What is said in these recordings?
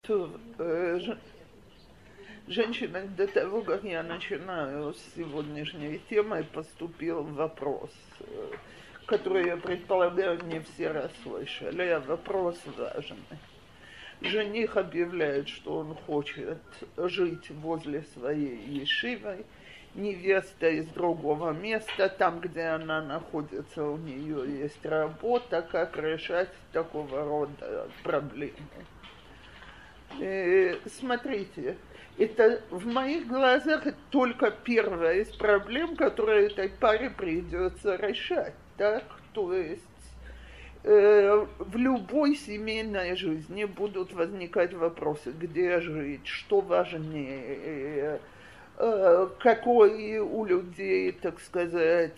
То, женщина, до того, как я начинаю с сегодняшней темы, поступил вопрос, который, я предполагаю, не все расслышали, а вопрос важный. Жених объявляет, что он хочет жить возле своей ешивы, невеста из другого места, там, где она находится, у нее есть работа, как решать такого рода проблемы. Смотрите, это в моих глазах только первая из проблем, которые этой паре придется решать, так? То есть в любой семейной жизни будут возникать вопросы, где жить, что важнее, какой у людей, так сказать,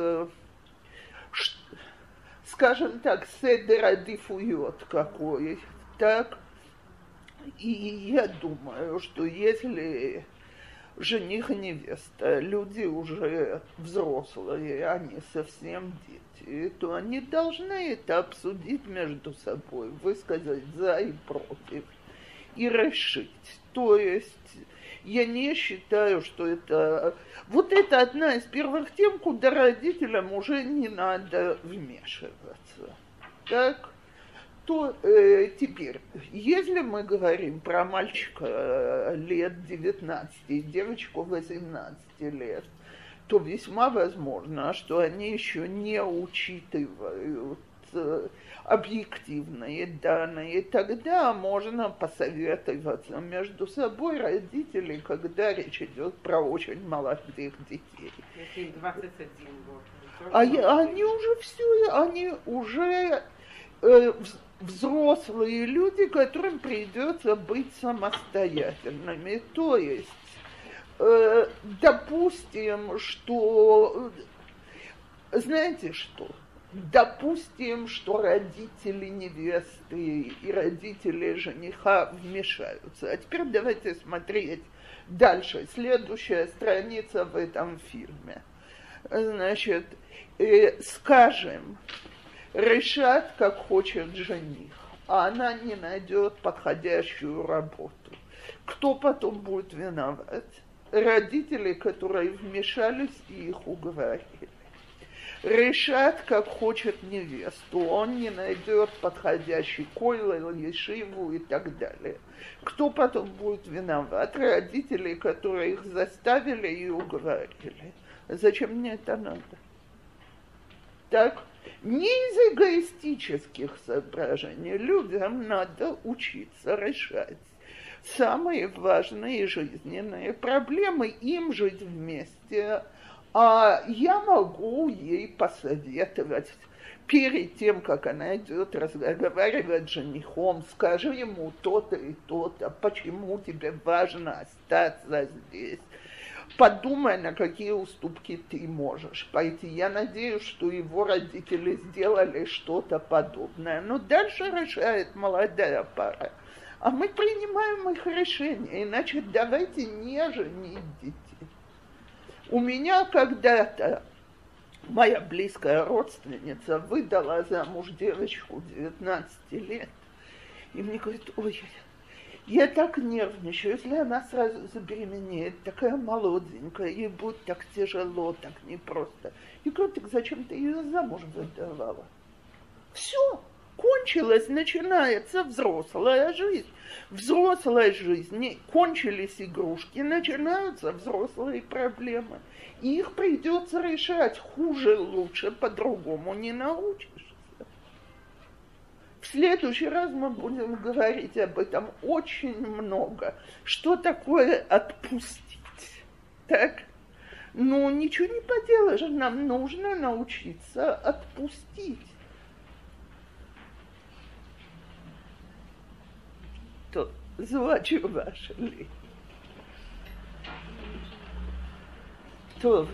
скажем так, седер адифует какой, так? И я думаю, что если жених и невеста, люди уже взрослые, они совсем дети, то они должны это обсудить между собой, высказать за и против и решить. То есть я не считаю, что это... Вот это одна из первых тем, куда родителям уже не надо вмешиваться. Так? То теперь, если мы говорим про мальчика лет 19 и девочку 18 лет, то весьма возможно, что они еще не учитывают объективные данные. Тогда можно посоветоваться между собой родителей, когда речь идет про очень молодых детей. Если 21 год. Они уже все, они уже... взрослые люди, которым придется быть самостоятельными. То есть, допустим, что... Знаете что? Допустим, что родители невесты и родители жениха вмешаются. А теперь давайте смотреть дальше. Следующая страница в этом фильме. Значит, скажем... решат, как хочет жених, а она не найдет подходящую работу. Кто потом будет виноват? Родители, которые вмешались и их уговорили. Решат, как хочет невесту, он не найдет подходящий койлел, ешиву и так далее. Кто потом будет виноват? Родители, которые их заставили и уговорили. Зачем мне это надо? Так? Не из эгоистических соображений. Людям надо учиться решать самые важные жизненные проблемы, им жить вместе. А я могу ей посоветовать перед тем, как она идет разговаривать с женихом, скажи ему то-то и то-то, почему тебе важно остаться здесь. Подумай, на какие уступки ты можешь пойти. Я надеюсь, что его родители сделали что-то подобное. Но дальше решает молодая пара. А мы принимаем их решения. Иначе давайте не женить детей. У меня когда-то моя близкая родственница выдала замуж девочку 19 лет. И мне говорит, ой, я так нервничаю, если она сразу забеременеет, такая молоденькая, ей будет так тяжело, так непросто. Я говорю, так зачем ты ее замуж выдавала? Все, кончилось, начинается взрослая жизнь. В взрослой жизни кончились игрушки, начинаются взрослые проблемы. И их придется решать хуже, лучше, по-другому не научишься. В следующий раз мы будем говорить об этом очень много. Что такое отпустить? Так? Ну, ничего не поделаешь, нам нужно научиться отпустить. То звачу ваши ли. То...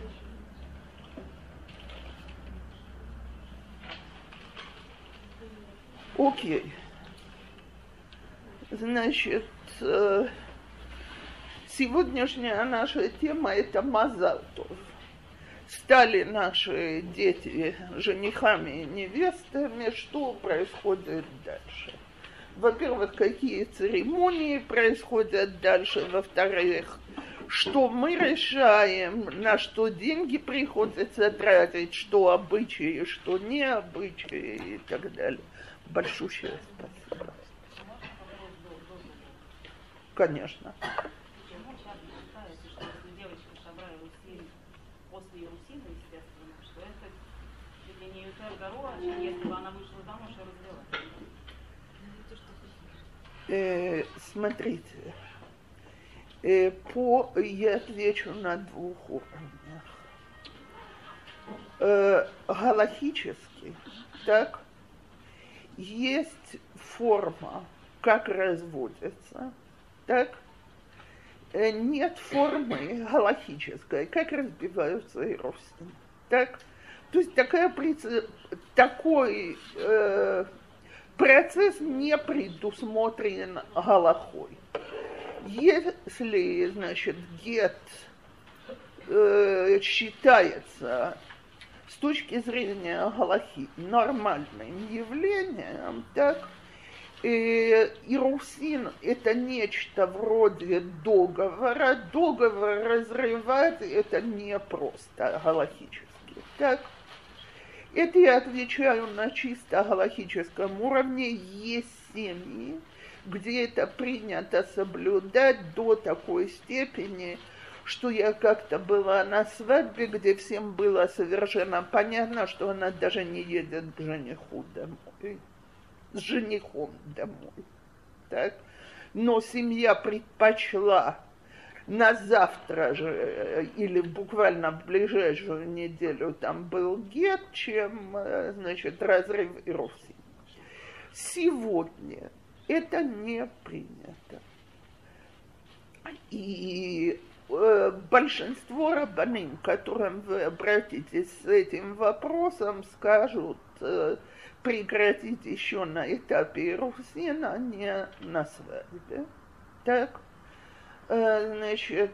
Окей. Значит, сегодняшняя наша тема – это мазал тов. Стали наши дети женихами и невестами, что происходит дальше? во-первых, какие церемонии происходят дальше, во-вторых, что мы решаем, на что деньги приходится тратить, что обычаи, что не обычаи и так далее. Большущее спасибо. Конечно. Почему часто считается, что если девочка шабра Русин после Русина, естественно, что это чуть ли не Ютер Гаруа, чем если бы она вышла замуж и развелась? Смотрите, я отвечу на двух уровнях. Галахически, так, есть форма, как разводятся, так, нет формы галахической, как разбиваются ирусин, так. То есть такой процесс не предусмотрен галахой. Если, значит, гет считается с точки зрения галахи нормальным явлением, так, ирусин – это нечто вроде договора. Договор разрывать – это не просто галахически, так. Это я отвечаю на чисто галахическом уровне. Есть семьи, где это принято соблюдать до такой степени, что я как-то была на свадьбе, где всем было совершенно понятно, что она даже не едет к жениху домой, с женихом домой. Так? Но семья предпочла на завтра же или буквально в ближайшую неделю там был гет, чем, значит, разрыв ирусин. Сегодня это не принято. И большинство рабаним, к которым вы обратитесь с этим вопросом, скажут прекратить еще на этапе ирусин, а не на свадьбе. Так? Значит,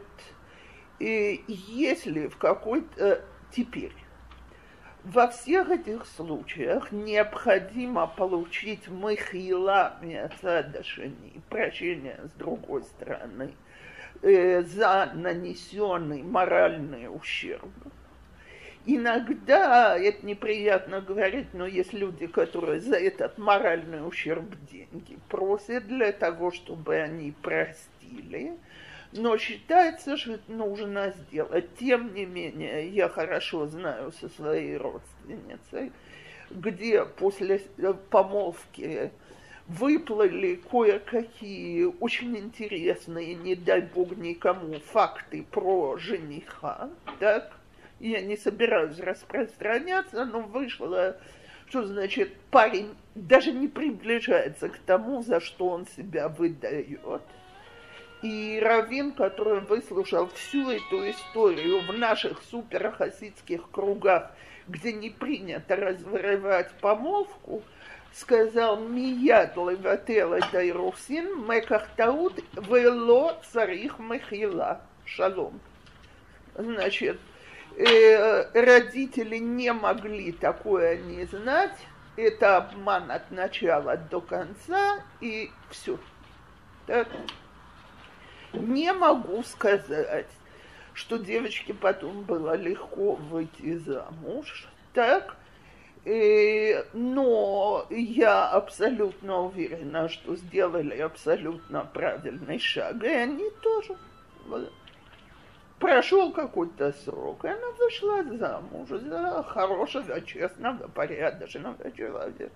если в какой-то... Теперь, во всех этих случаях необходимо получить мехила миацада шени, прощение с другой стороны, за нанесенный моральный ущерб. Иногда, это неприятно говорить, но есть люди, которые за этот моральный ущерб деньги просят для того, чтобы они простили. Но считается, что это нужно сделать. Тем не менее, я хорошо знаю со своей родственницей, где после помолвки выплыли кое-какие очень интересные, не дай бог никому, факты про жениха, так? Я не собираюсь распространяться, но вышло, что, значит, парень даже не приближается к тому, за что он себя выдает. И раввин, который выслушал всю эту историю в наших суперхасидских кругах, где не принято разрывать помолвку, сказал: «Мияд левател это ирусин, мекахтаут вело царих мехила». Шалом. Значит, родители не могли такое не знать. Это обман от начала до конца, и все. Так. Не могу сказать, что девочке потом было легко выйти замуж, так, но я абсолютно уверена, что сделали абсолютно правильный шаг, и они тоже. Прошел какой-то срок, и она вышла замуж за хорошего, честного, порядочного человека.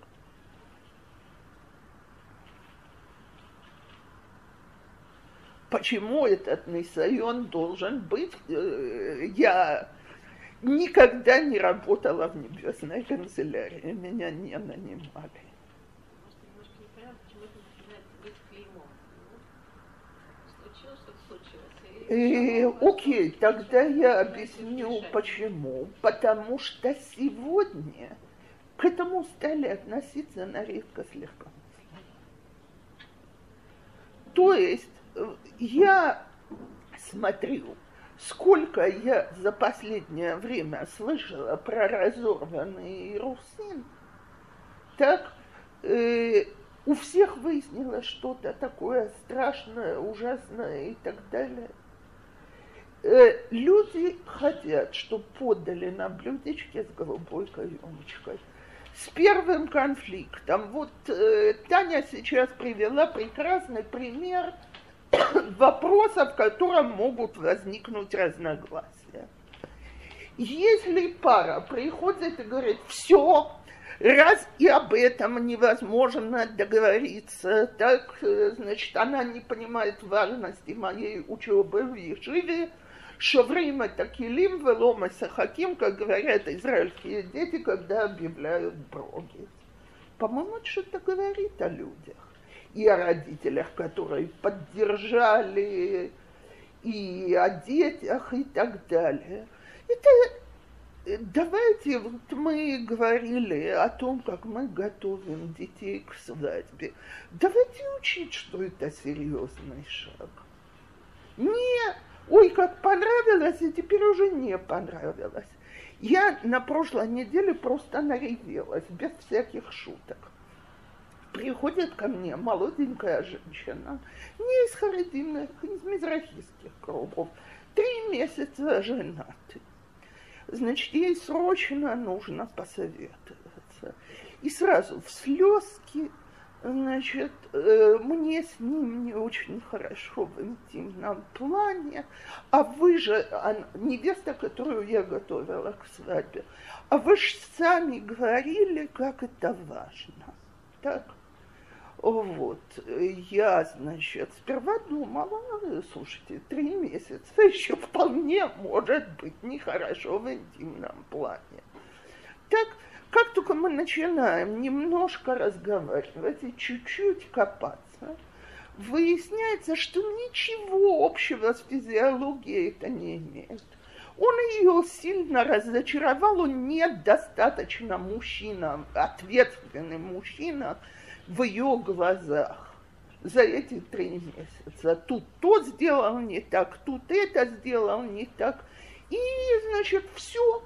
Почему этот нисайон должен быть? Я никогда не работала в небесной канцелярии, меня не нанимали. Окей, тогда я объясню почему. Потому что сегодня к этому стали относиться на редкость легкомысленно. То есть я смотрю, сколько я за последнее время слышала про разорванный ирусин, так у всех выяснилось что-то такое страшное, ужасное и так далее. Люди хотят, чтобы подали на блюдечке с голубой каемочкой. С первым конфликтом. Вот Таня сейчас привела прекрасный пример вопроса, в котором могут возникнуть разногласия. Если пара приходит и говорит, все, раз и об этом невозможно договориться, так, значит, она не понимает важности моей учебы в Ешиве, шоврим это килим, велом это хаким, как говорят израильские дети, когда объявляют брогет. По-моему, это что-то говорит о людях. И о родителях, которые поддержали, и о детях, и так далее. Это давайте, вот мы говорили о том, как мы готовим детей к свадьбе. Давайте учить, что это серьезный шаг. Не, ой, как понравилось, и теперь уже не понравилось. Я на прошлой неделе просто наревелась, без всяких шуток. Приходит ко мне молоденькая женщина, не из харидимных, из мизрахистских кругов, 3 месяца женаты. Значит, ей срочно нужно посоветоваться. И сразу в слезки, значит, мне с ним не очень хорошо в интимном плане, а вы же, невеста, которую я готовила к свадьбе, а вы же сами говорили, как это важно. Так? Вот, я, значит, сперва думала, слушайте, 3 месяца еще вполне может быть нехорошо в интимном плане. Так, как только мы начинаем немножко разговаривать и чуть-чуть копаться, выясняется, что ничего общего с физиологией это не имеет. Он ее сильно разочаровал, он недостаточно мужчина, ответственный мужчина, в ее глазах за эти 3 месяца. Тут то сделал не так, тут это сделал не так. И, значит, все.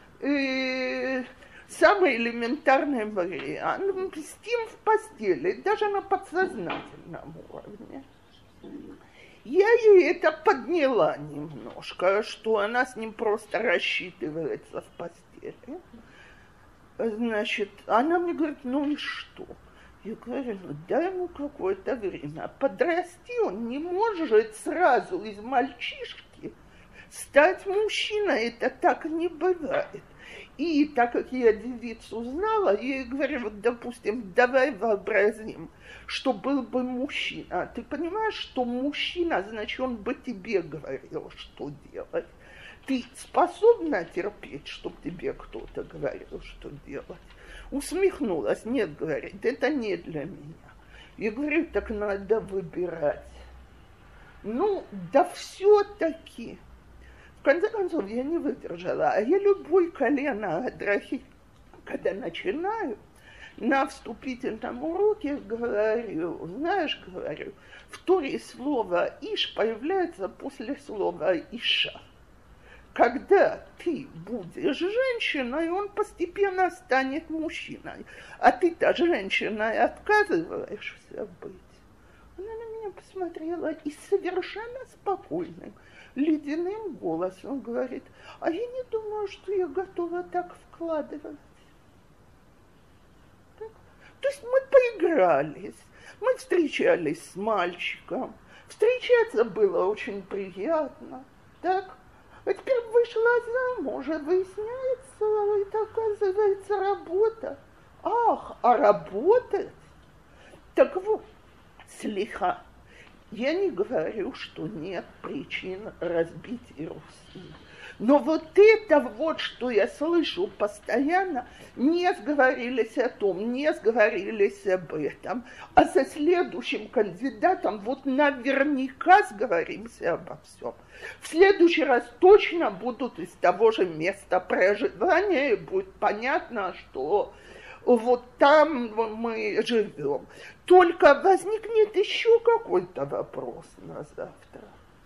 Самый элементарный вариант. Спим в постели, даже на подсознательном уровне. Я ей это подняла немножко, что она с ним просто рассчитывается в постели. Значит, она мне говорит, ну и что? Я говорю, ну дай ему какое-то время. Подрасти он не может сразу из мальчишки стать мужчиной. Это так не бывает. И так как я девицу знала, я ей говорю, вот, допустим, давай вообразим, что был бы мужчина. Ты понимаешь, что мужчина, значит, он бы тебе говорил, что делать. Ты способна терпеть, чтобы тебе кто-то говорил, что делать? Усмехнулась. Нет, говорит, это не для меня. Я говорю, так надо выбирать. Ну, да все-таки. В конце концов, я не выдержала. А я любой колено Адрахи, когда начинаю, на вступительном уроке говорю, знаешь, говорю, в Торе слово «иш» появляется после слова «иша». Когда ты будешь женщиной, он постепенно станет мужчиной. А ты-то женщиной отказываешься быть. Она на меня посмотрела и совершенно спокойным, ледяным голосом говорит, а я не думаю, что я готова так вкладывать. Так? То есть мы поигрались, мы встречались с мальчиком, встречаться было очень приятно, так? А теперь вышла замуж, выясняется, это оказывается работа. Ах, а работать? Так вот, слиха, я не говорю, что нет причин разбить Иерусалим. Но вот это вот, что я слышу постоянно, не сговорились о том, не сговорились об этом, а со следующим кандидатом вот наверняка сговоримся обо всем. В следующий раз точно будут из того же места проживания, и будет понятно, что вот там мы живем. Только возникнет еще какой-то вопрос на завтра.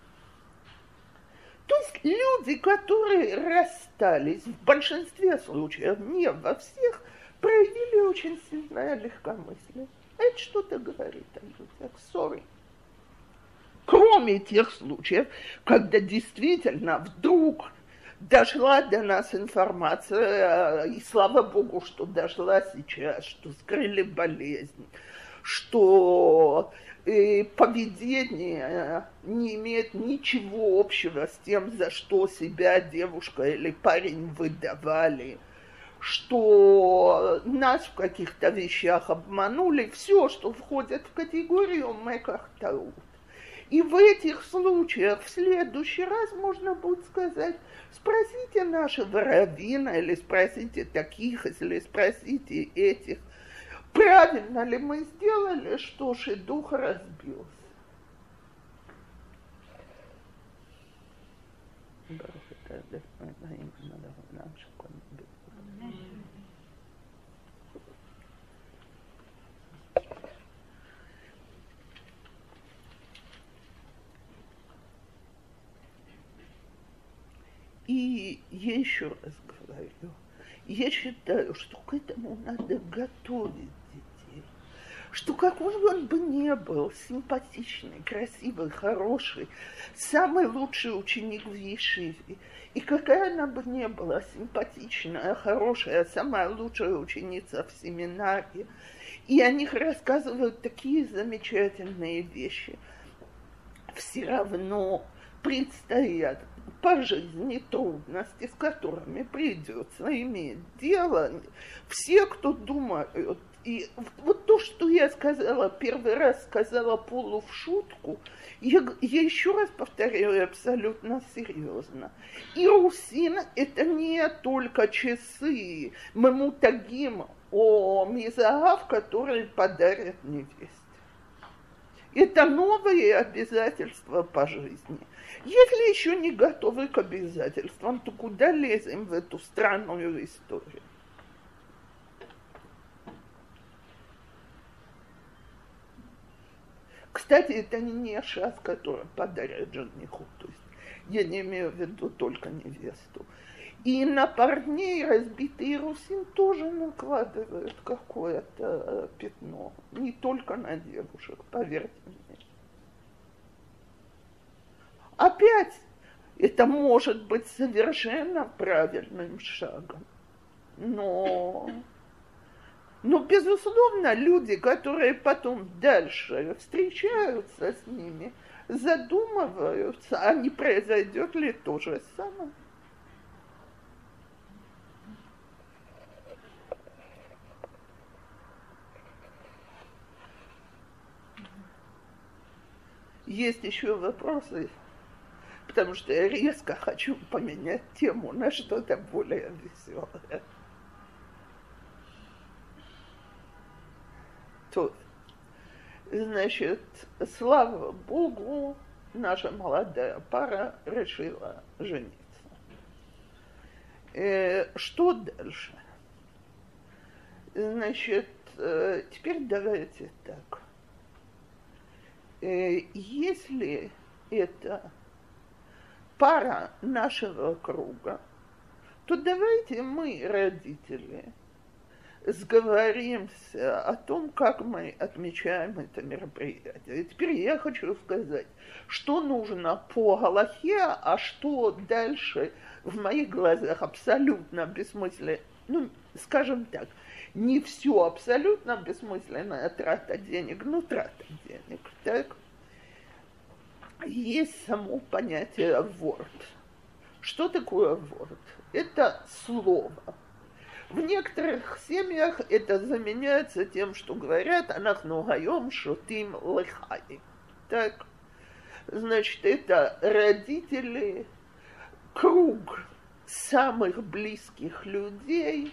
То есть люди, которые расстались, в большинстве случаев, не во всех, проявили очень сильное легкомыслие. Это что-то говорит о людях. Sorry. Кроме тех случаев, когда действительно вдруг дошла до нас информация, и слава Богу, что дошла сейчас, что скрыли болезнь, что поведение не имеет ничего общего с тем, за что себя девушка или парень выдавали, что нас в каких-то вещах обманули, все, что входит в категорию меках таут. И в этих случаях в следующий раз можно будет сказать, спросите нашего раввина, или спросите таких, или спросите этих, правильно ли мы сделали, что шидух разбился. И я еще раз говорю, я считаю, что к этому надо готовить детей. Что какой он бы ни был, симпатичный, красивый, хороший, самый лучший ученик в Ешиве, и какая она бы ни была, симпатичная, хорошая, самая лучшая ученица в семинаре, и о них рассказывают такие замечательные вещи, все равно предстоят по жизни трудности, с которыми придется иметь дело. Все, кто думают, и вот то, что я сказала, первый раз сказала Полу в шутку, я еще раз повторяю абсолютно серьезно. И русин – это не только часы, мемутагим о мизаав, которые подарят невесте. Это новые обязательства по жизни. Если еще не готовы к обязательствам, то куда лезем в эту странную историю? Кстати, это не шас, который подарят жениху. То есть я не имею в виду только невесту. И на парней разбитый русин тоже накладывают какое-то пятно. Не только на девушек, поверьте мне. Опять, это может быть совершенно правильным шагом. Но безусловно, люди, которые потом дальше встречаются с ними, задумываются, а не произойдет ли то же самое. Есть еще вопросы, потому что я резко хочу поменять тему на что-то более веселое. Тут, значит, слава Богу, наша молодая пара решила жениться. Что дальше? Значит, теперь давайте так. Если это пара нашего круга, то давайте мы, родители, сговоримся о том, как мы отмечаем это мероприятие. И теперь я хочу сказать, что нужно по галахе, а что дальше в моих глазах абсолютно бессмысленно, скажем так, не все абсолютно бессмысленная трата денег, трата денег, так? Есть само понятие ворд. Что такое ворд? Это слово. В некоторых семьях это заменяется тем, что говорят «анахну гаём шотим лехаим». Так, значит, это родители, круг самых близких людей,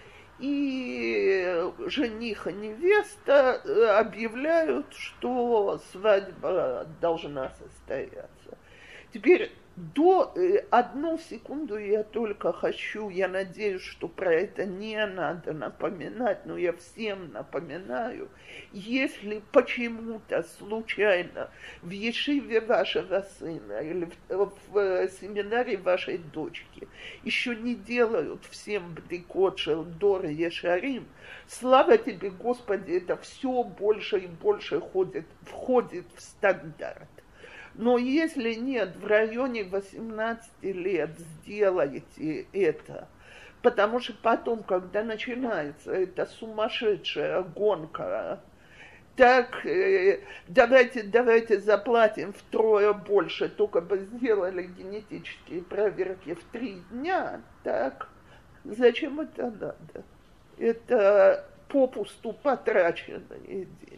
и жених и невеста объявляют, что свадьба должна состояться. Теперь одну секунду я только хочу, я надеюсь, что про это не надо напоминать, но я всем напоминаю, если почему-то случайно в ешиве вашего сына или в семинаре вашей дочки еще не делают всем бдикот шелдор ешарим, слава тебе, Господи, это все больше и больше входит в стандарт. Но если нет, в районе 18 лет сделайте это, потому что потом, когда начинается эта сумасшедшая гонка, так давайте заплатим втрое больше, только бы сделали генетические проверки в 3 дня, так зачем это надо? Это попусту потраченные деньги.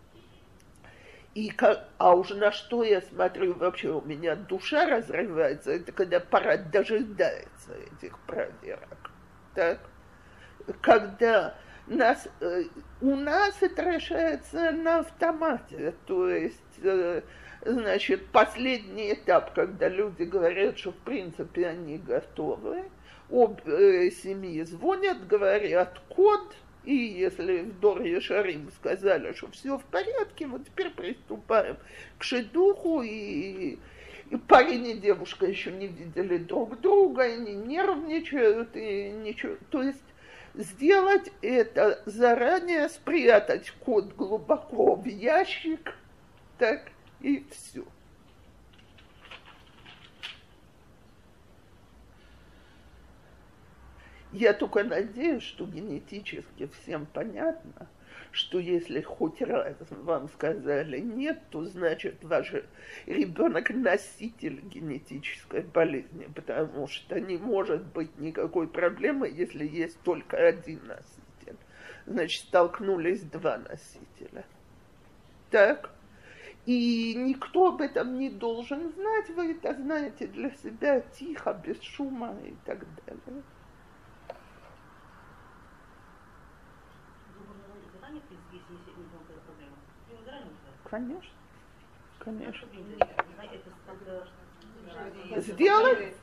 А уж на что я смотрю, вообще у меня душа разрывается, это когда пора дожидается этих проверок. Так? Когда у нас это решается на автомате, то есть, значит, последний этап, когда люди говорят, что в принципе они готовы, обе семьи звонят, говорят код, и если в Дор Ешарим сказали, что все в порядке, вот теперь приступаем к шидуху, и парень и девушка еще не видели друг друга, и не нервничают, и ничего. То есть сделать это заранее, спрятать код глубоко в ящик, так, и все. Я только надеюсь, что генетически всем понятно, что если хоть раз вам сказали нет, то значит ваш ребенок носитель генетической болезни, потому что не может быть никакой проблемы, если есть только один носитель. Значит, столкнулись 2 носителя. Так? И никто об этом не должен знать, вы это знаете для себя тихо, без шума и так далее. Конечно, конечно. Сделай.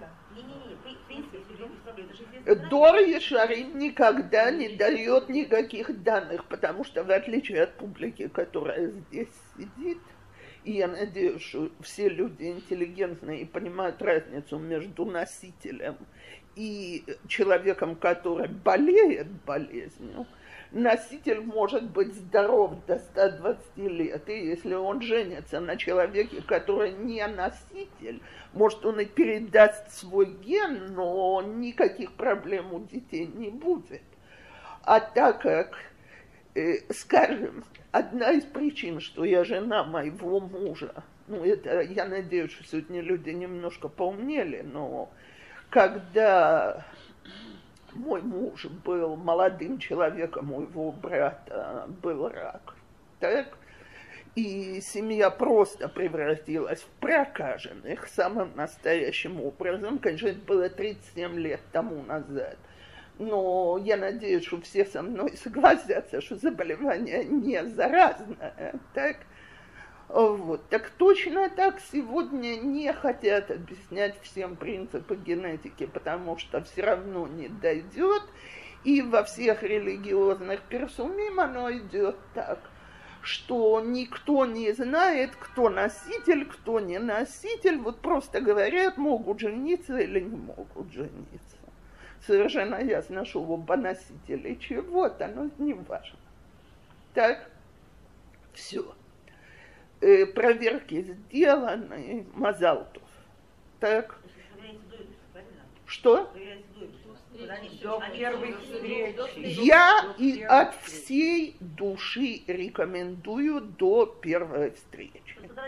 Дор Ешарим никогда не дает никаких данных, потому что в отличие от публики, которая здесь сидит, и я надеюсь, что все люди интеллигентные и понимают разницу между носителем и человеком, который болеет болезнью, носитель может быть здоров до 120 лет, и если он женится на человеке, который не носитель, может, он и передаст свой ген, но никаких проблем у детей не будет. А так как, скажем, одна из причин, что я жена моего мужа, ну, это, я надеюсь, что сегодня люди немножко поумнели, но когда мой муж был молодым человеком, у его брата был рак, так? И семья просто превратилась в прокаженных самым настоящим образом. Конечно, это было 37 лет тому назад. Но я надеюсь, что все со мной согласятся, что заболевание не заразное, так? Вот. Так точно так сегодня не хотят объяснять всем принципы генетики, потому что все равно не дойдет, и во всех религиозных персумим оно идет так, что никто не знает, кто носитель, кто не носитель, вот просто говорят, могут жениться или не могут жениться. Совершенно ясно, что оба носители чего-то, но не важно. Так, все. Проверки сделаны, мазалтов. Так. Что? Я и от всей души рекомендую до первой встречи.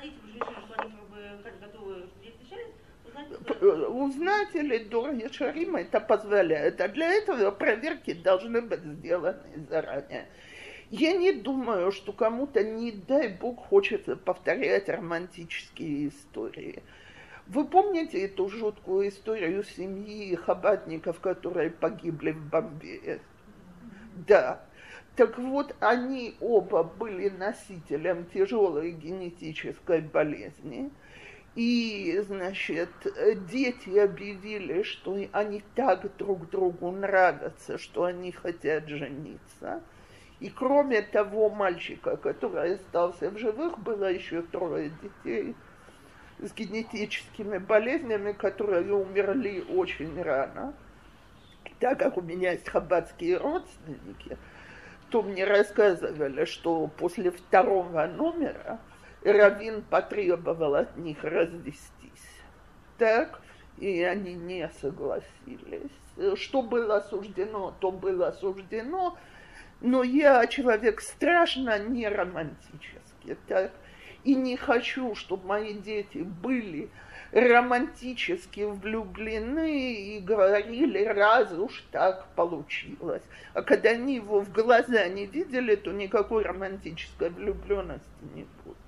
Узнать или Дор Ешарим это позволяет. А для этого проверки должны быть сделаны заранее. Я не думаю, что кому-то, не дай бог, хочется повторять романтические истории. Вы помните эту жуткую историю семьи хаббатников, которые погибли в Бомбее? Да. Так вот, они оба были носителем тяжелой генетической болезни. И, значит, дети объявили, что они так друг другу нравятся, что они хотят жениться. И кроме того мальчика, который остался в живых, было еще 3 детей с генетическими болезнями, которые умерли очень рано. Так как у меня есть хаббатские родственники, то мне рассказывали, что после 2 номера раввин потребовал от них развестись. Так, и они не согласились. Что было осуждено, то было осуждено. Но я человек страшно не романтический, так? И не хочу, чтобы мои дети были романтически влюблены и говорили, раз уж так получилось. А когда они его в глаза не видели, то никакой романтической влюбленности не будет.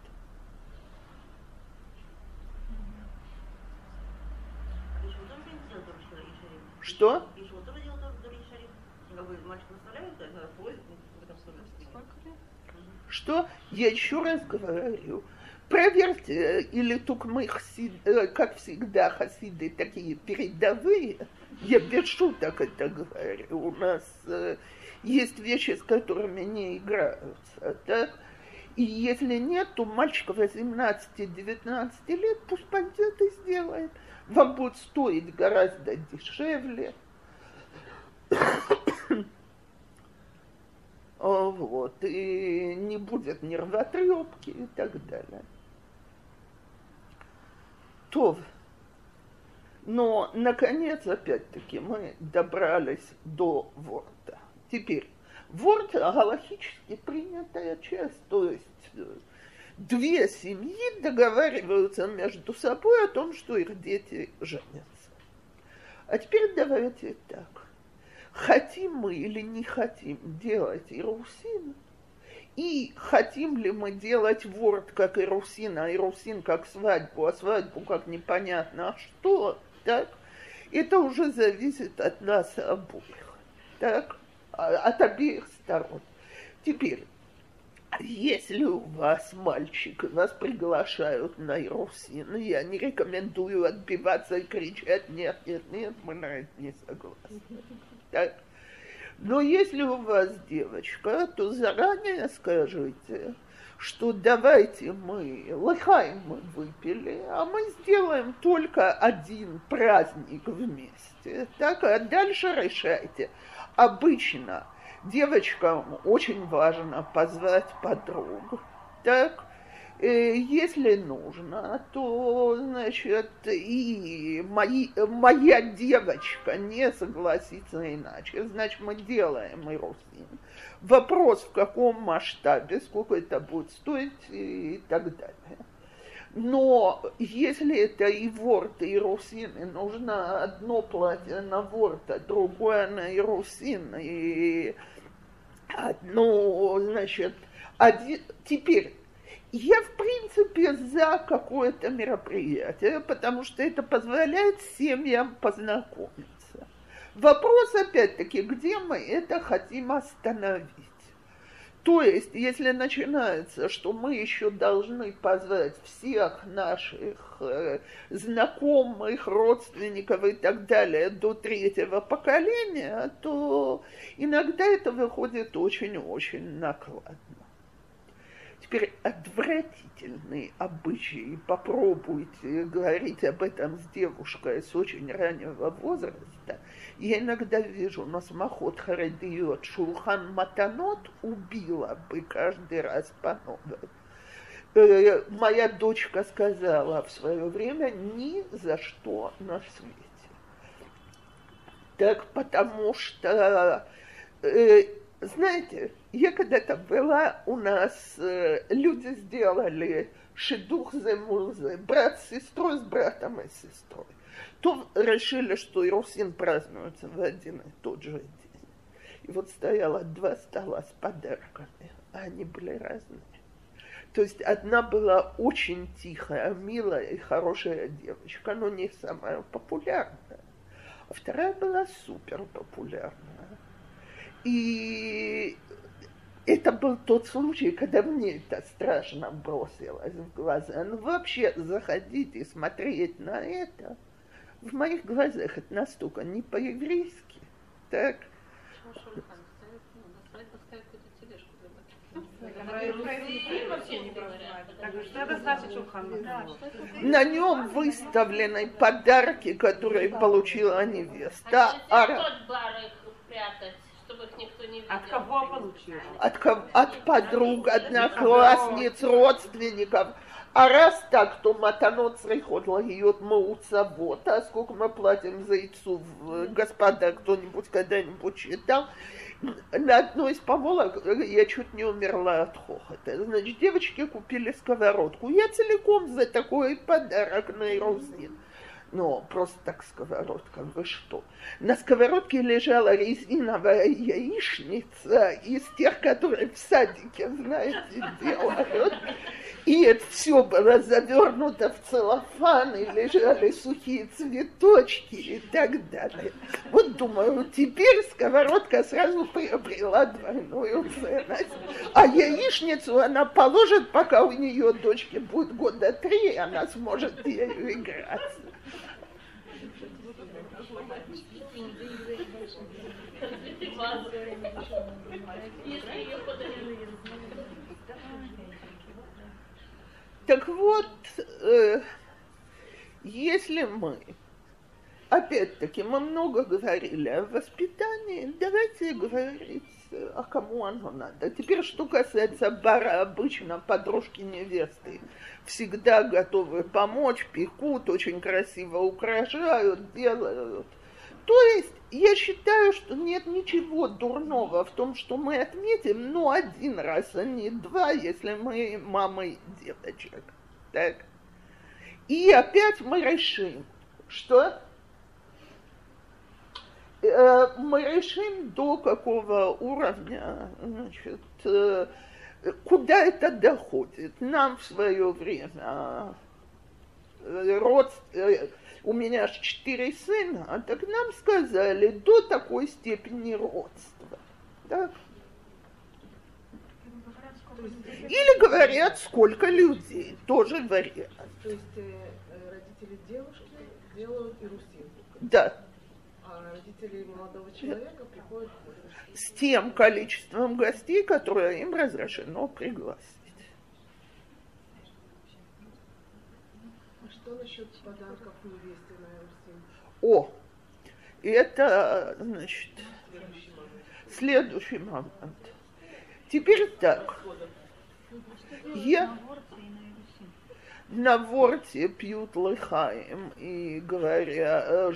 Что? Что? Я еще раз говорю. Проверьте, или только мы, как всегда, хасиды такие передовые. Я без шуток это говорю. У нас есть вещи, с которыми не играются. Так? И если нет, то мальчик 18-19 лет пусть пойдет и сделает. Вам будет стоить гораздо дешевле. Вот, и не будет нервотрепки и так далее. То, но, наконец, опять-таки, мы добрались до ворта. Теперь, ворт галахически принятая часть, то есть 2 семьи договариваются между собой о том, что их дети женятся. А теперь давайте так. Хотим мы или не хотим делать ирусин, и хотим ли мы делать ворт как ирусин, а ирусин как свадьбу, а свадьбу как непонятно что, так, это уже зависит от нас обоих, так, от обеих сторон. Теперь, если у вас мальчик, вас приглашают на ирусин, я не рекомендую отбиваться и кричать «нет, нет, нет, мы на это не согласны». Так. Но если у вас девочка, то заранее скажите, что давайте мы, лыхаем мы выпили, а мы сделаем только один праздник вместе. Так, а дальше решайте. Обычно девочкам очень важно позвать подруг. Так, если нужно, то, значит, и моя девочка не согласится иначе, значит, мы делаем ирусин. Вопрос, в каком масштабе, сколько это будет стоить и так далее. Но если это и ворт, и ирусин, и нужно одно платье на ворт, а другое на ирусин, и одно, значит, теперь я, в принципе, за какое-то мероприятие, потому что это позволяет семьям познакомиться. Вопрос, опять-таки, где мы это хотим остановить? То есть, если начинается, что мы еще должны позвать всех наших знакомых, родственников и так далее до 3-го поколения, то иногда это выходит очень-очень накладно. Теперь отвратительные обычаи. Попробуйте говорить об этом с девушкой с очень раннего возраста. Я иногда вижу на самоход харадиот шулхан матанот убила бы каждый раз по новой. Моя дочка сказала в свое время ни за что на свете. Так потому что... Знаете, я когда-то была, у нас люди сделали шидух земулзе, брат с сестрой, с братом и сестрой. То решили, что ирусин празднуется в один и тот же день. И вот стояло 2 стола с подарками, а они были разные. То есть одна была очень тихая, милая и хорошая девочка, но не самая популярная. А вторая была супер популярная. И это был тот случай, когда мне это страшно бросилось в глаза. Ну, вообще, заходить и смотреть на это, в моих глазах это настолько не по-еврейски, так? На нем выставлены подарки, которые получила невеста. А тот бар их прятать, чтобы их никто не видел? От кого получила? От подруг, одноклассниц, родственников. А раз так, то матанот срихот лагиот мауцавот. А сколько мы платим за яйцо, господа, кто-нибудь когда-нибудь читал? На одной из помолок я чуть не умерла от хохота. Значит, девочки купили сковородку. Я целиком за такой подарок на Ирусин. Но просто так сковородка, вы что? На сковородке лежала резиновая яичница из тех, которые в садике, знаете, делают. И это все было завернуто в целлофан, и лежали сухие цветочки и так далее. Вот думаю, теперь сковородка сразу приобрела двойную ценность. А яичницу она положит, пока у нее дочке будет года 3, она сможет ею играться. Так вот, если мы, опять-таки, мы много говорили о воспитании, давайте говорить, а кому оно надо. Теперь, что касается бара, обычно подружки невесты всегда готовы помочь, пекут, очень красиво украшают, делают. То есть, я считаю, что нет ничего дурного в том, что мы отметим, но один раз, а не два, если мы мамой девочек. Так? И опять мы решим, что мы решим, до какого уровня, значит, куда это доходит. Нам в свое время у меня аж 4 сына, а так нам сказали, до такой степени родства. Так? Или говорят, сколько людей, тоже вариант. То есть родители девушки делают ирусин? Да. А родители молодого человека приходят с тем количеством гостей, которое им разрешено пригласить. А что насчет подарков невесте на Ирусин? О, это, значит, следующий момент. Теперь так. На ворте пьют лыхаем и говоря,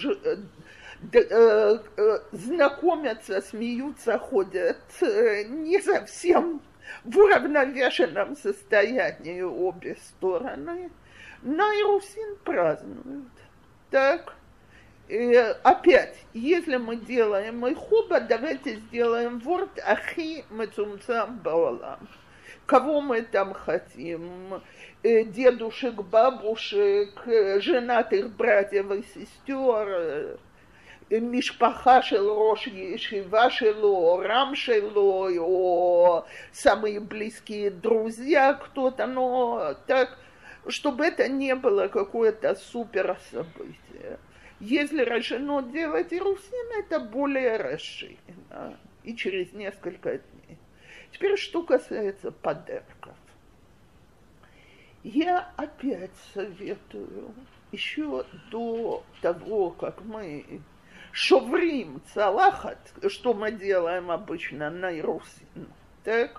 знакомятся, смеются, ходят не совсем в уравновешенном состоянии обе стороны. На Ирусин празднуют. Так, опять, если мы делаем ихоба, давайте сделаем ворт ахи мецумцам баолам. Кого мы там хотим? Дедушек, бабушек, женатых братьев и сестер, мишпаха шел рош ешива шело, рам шело, о самые близкие друзья, кто-то, но так, чтобы это не было какое-то супер событие. Если решено делать Ирусин, это более расширено и через несколько дней. Теперь, что касается подарков. Я опять советую, еще до того, как мы шоврим цалахат, что мы делаем обычно на Ирусин, так,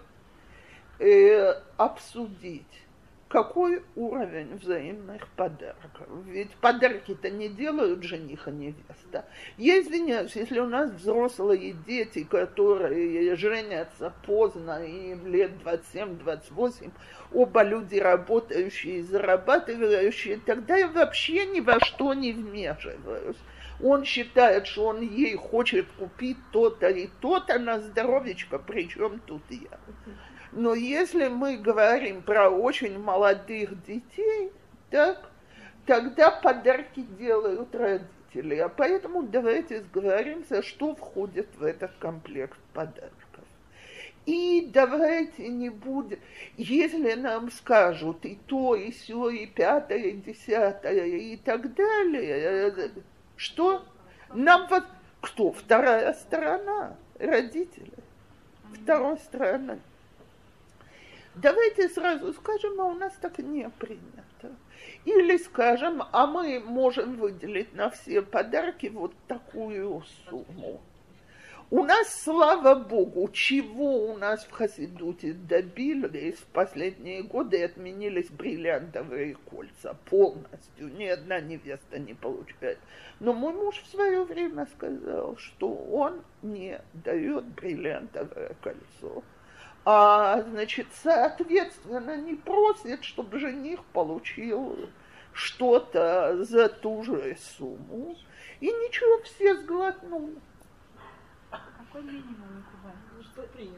обсудить, какой уровень взаимных подарков. Ведь подарки-то не делают жених и невеста. Я извиняюсь, если у нас взрослые дети, которые женятся поздно, и лет 27-28, оба люди работающие и зарабатывающие, тогда я вообще ни во что не вмешиваюсь. Он считает, что он ей хочет купить то-то и то-то на здоровечко, причем тут я. Но если мы говорим про очень молодых детей, так, тогда подарки делают родители. А поэтому давайте сговоримся, что входит в этот комплект подарков. И давайте не будем, если нам скажут и то, и сё, и пятое, и десятое, и так далее, что? Нам вот кто? Вторая сторона, родители, второй стороны. Давайте сразу скажем, а у нас так не принято. Или скажем, а мы можем выделить на все подарки вот такую сумму. У нас, слава Богу, чего у нас в Хасидуте добились в последние годы, отменились бриллиантовые кольца полностью. Ни одна невеста не получает. Но мой муж в свое время сказал, что он не дает бриллиантовое кольцо. А, значит, соответственно, не просит, чтобы жених получил что-то за ту же сумму. И ничего, все сглотнули. Какой минимум, Кубань? Что принято?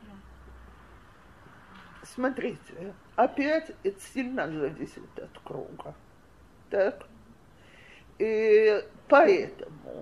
Смотрите, опять это сильно зависит от круга. Так? И поэтому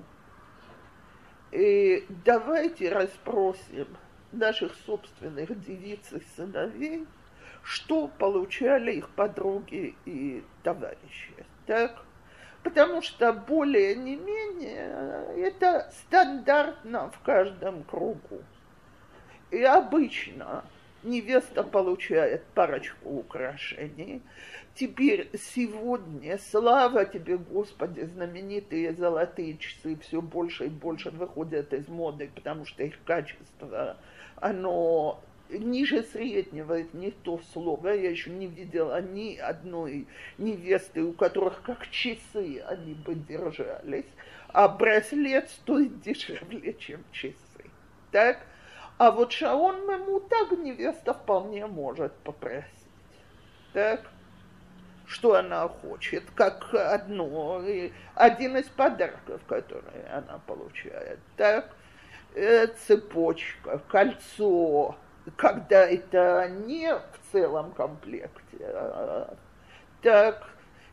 давайте расспросим наших собственных девиц и сыновей, что получали их подруги и товарищи. Так? Потому что более не менее это стандартно в каждом кругу. И обычно невеста получает парочку украшений. Теперь сегодня, слава тебе, Господи, знаменитые золотые часы все больше и больше выходят из моды, потому что их качество, оно ниже среднего, это не то слово. Я еще не видела ни одной невесты, у которых как часы они бы держались, а браслет стоит дешевле, чем часы. Так? А вот шаон мемутаг невеста вполне может попросить. Так? Что она хочет, как один из подарков, которые она получает. Так? Цепочка, кольцо, когда это не в целом комплекте. Так,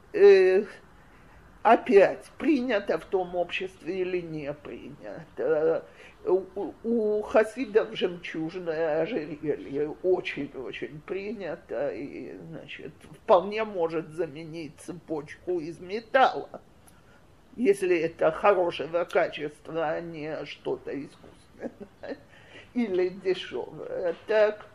опять, принято в том обществе или не принято. У хасидов жемчужное ожерелье очень-очень принято и, значит, вполне может заменить цепочку из металла, если это хорошего качества, а не что-то искусственное или дешевое. Так,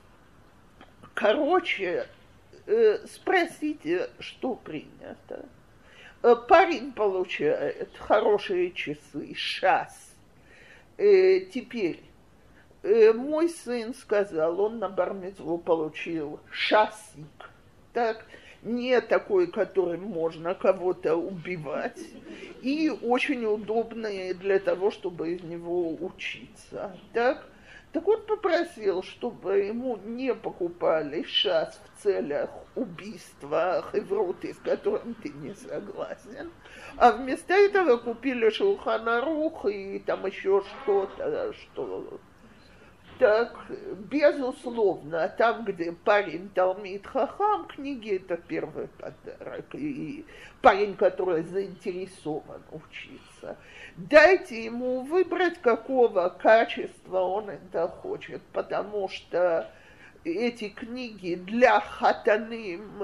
короче, спросите, что принято. Парень получает хорошие часы, шас. Теперь, мой сын сказал, он на бар-мицву получил шасик, так, не такой, которым можно кого-то убивать, и очень удобный для того, чтобы из него учиться, так. Так он попросил, чтобы ему не покупали шас в целях убийства хевруты, с которым ты не согласен, а вместо этого купили Шулхан Арух и там еще что-то, что... Так, безусловно, там, где парень Талмид Хахам, книги — это первый подарок, и парень, который заинтересован учиться. Дайте ему выбрать, какого качества он это хочет, потому что эти книги для хатаным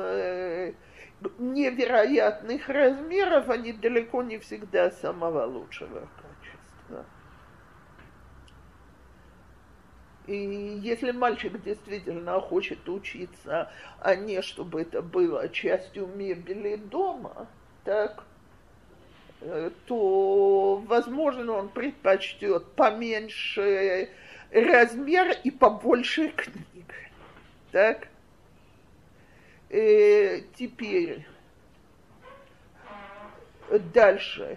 невероятных размеров, они далеко не всегда самого лучшего качества. И если мальчик действительно хочет учиться, а не чтобы это было частью мебели дома, так, то, возможно, он предпочтет поменьше размер и побольше книг. Так? Теперь дальше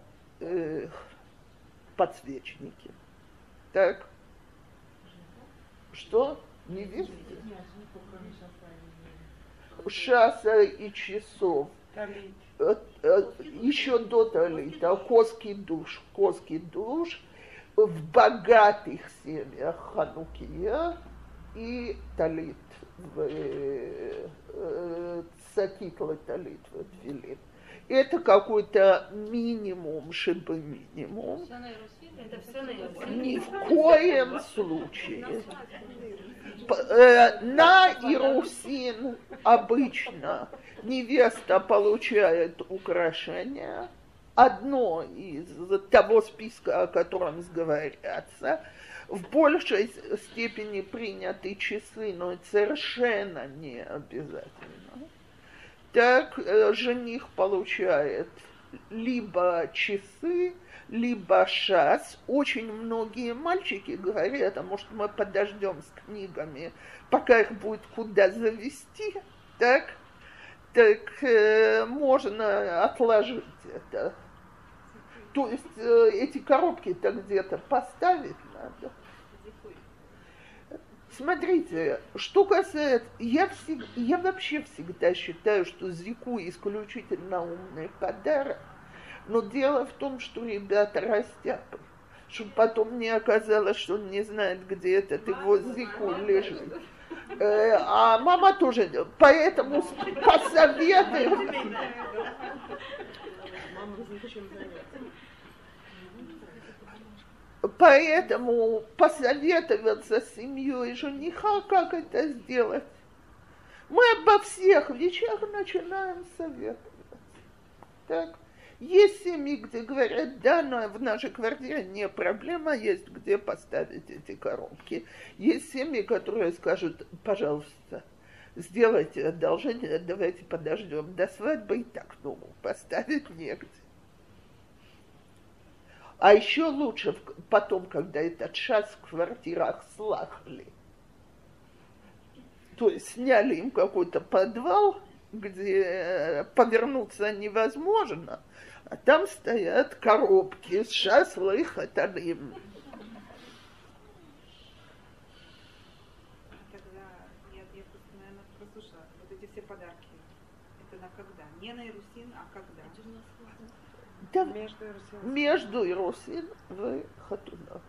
подсвечники. Так? Что? Не видите? Шаса и часов. Еще до талита. Коский душ. В богатых семьях ханукия и талит в псакит леталит ватфилин. Это какой-то минимум, шибы минимум. Это все на Иерусалим. Ни в коем случае. На Ирусин обычно невеста получает украшения. Одно из того списка, о котором сговорятся. В большей степени приняты часы, но это совершенно не обязательно. Так жених получает либо часы, либо шас. Очень многие мальчики говорят, а может мы подождем с книгами, пока их будет куда завести, так можно отложить это. То есть эти коробки-то где-то поставить надо. Смотрите, что касается... Я вообще всегда считаю, что зику исключительно умный подарок, но дело в том, что ребята растяпы, чтобы потом не оказалось, что он не знает, где этот его зику лежит. А мама тоже, поэтому посоветуем... Поэтому посоветоваться с семьей жениха, как это сделать. Мы обо всех вещах начинаем советоваться. Так? Есть семьи, где говорят, да, но в нашей квартире не проблема, есть где поставить эти коробки. Есть семьи, которые скажут, пожалуйста, сделайте одолжение, давайте подождем до свадьбы, и так ногу поставить негде. А еще лучше потом, когда этот шас в квартирах слахли. То есть сняли им какой-то подвал, где повернуться невозможно, а там стоят коробки с шас лейхатарим. Тогда я просто, наверное, прослушала. Вот эти все подарки. Это на когда? Не на Иерусалим, а когда? Да, между Иерусалим и Хатуна.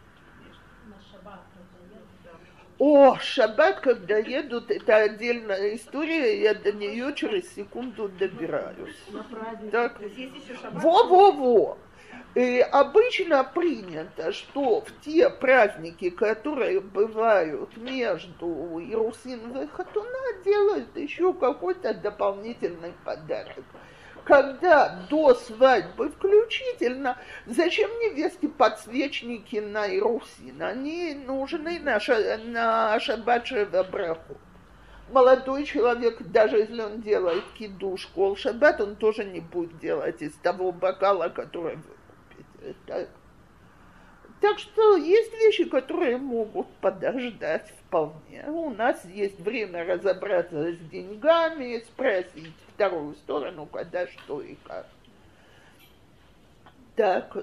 О, шаббат, когда едут, это отдельная история, я до нее через секунду добираюсь. Так. Во-во-во. И обычно принято, что в те праздники, которые бывают между Иерусалимом и Хатуна, делают еще какой-то дополнительный подарок. Когда до свадьбы включительно, зачем невесте подсвечники на Иерусалим? Они нужны на шаббат шева брахот. Молодой человек, даже если он делает кидуш кол шаббат, он тоже не будет делать из того бокала, который вы купите. Так что есть вещи, которые могут подождать вполне. У нас есть время разобраться с деньгами, спросить вторую сторону, когда, что и как. Так,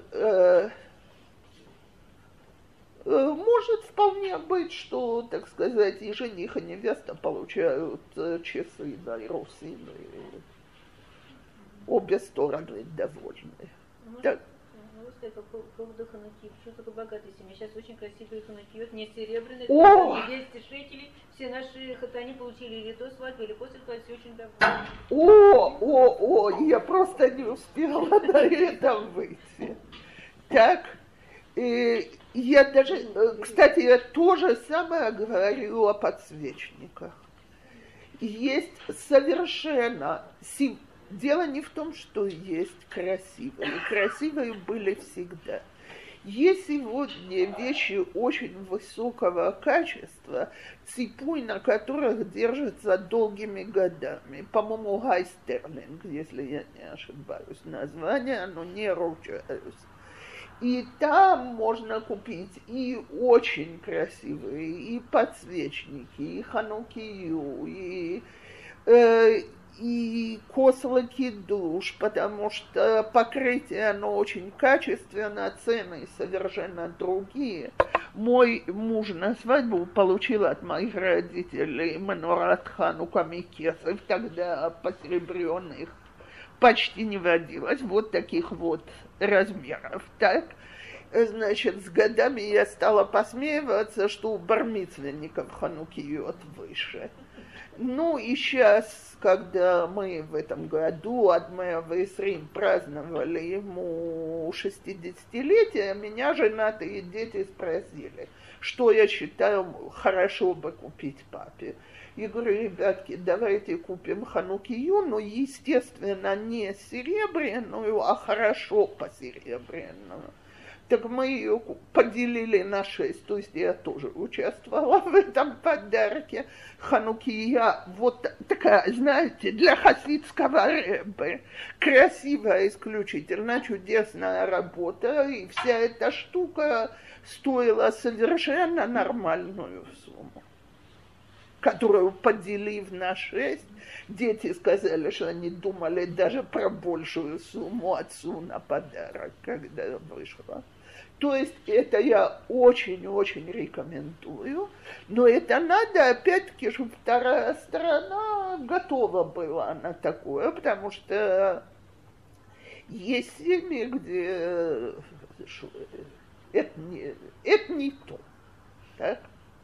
может вполне быть, что, так сказать, и жених, и невеста получают часы на Иерусалим, и обе стороны довольны. Так. По поводу хануки. Почему такой богатый семья? Сейчас очень красивые ханукиот, не серебряные, 200 шекелей. Все наши хатани получили или до свадьбы, или после свадьбы, все очень давно. Я просто не успела на это выйти. Так, я даже, кстати, я то же самое говорю о подсвечниках. Есть совершенно... Дело не в том, что есть красивые. Красивые были всегда. Есть сегодня вещи очень высокого качества, цепуй на которых держатся долгими годами. По-моему, Гай Стерлинг, если я не ошибаюсь, название, но не ручаюсь. И там можно купить и очень красивые, и подсвечники, и ханукию, и кослоки душ, потому что покрытие, оно очень качественно, цены совершенно другие. Мой муж на свадьбу получил от моих родителей менорат Ханука Микесов, тогда посеребренных почти не водилось, вот таких вот размеров, так? Значит, с годами я стала посмеиваться, что у бармицвенников ханукиот выше. Ну и сейчас, когда мы в этом году от Меа Вейсрим праздновали ему 60-летие, меня женатые дети спросили, что я считаю хорошо бы купить папе. Я говорю, ребятки, давайте купим ханукию, но, естественно, не серебряную, а хорошо посеребряную. Так мы ее поделили на 6, то есть я тоже участвовала в этом подарке. Ханукия вот такая, знаете, для хасидского рэбе. Красивая, исключительно чудесная работа, и вся эта штука стоила совершенно нормальную сумму, которую, поделив на 6, дети сказали, что они думали даже про большую сумму отцу на подарок, когда вышла. То есть это я очень-очень рекомендую, но это надо, опять-таки, чтобы вторая сторона готова была на такое, потому что есть семьи, где это не то, так?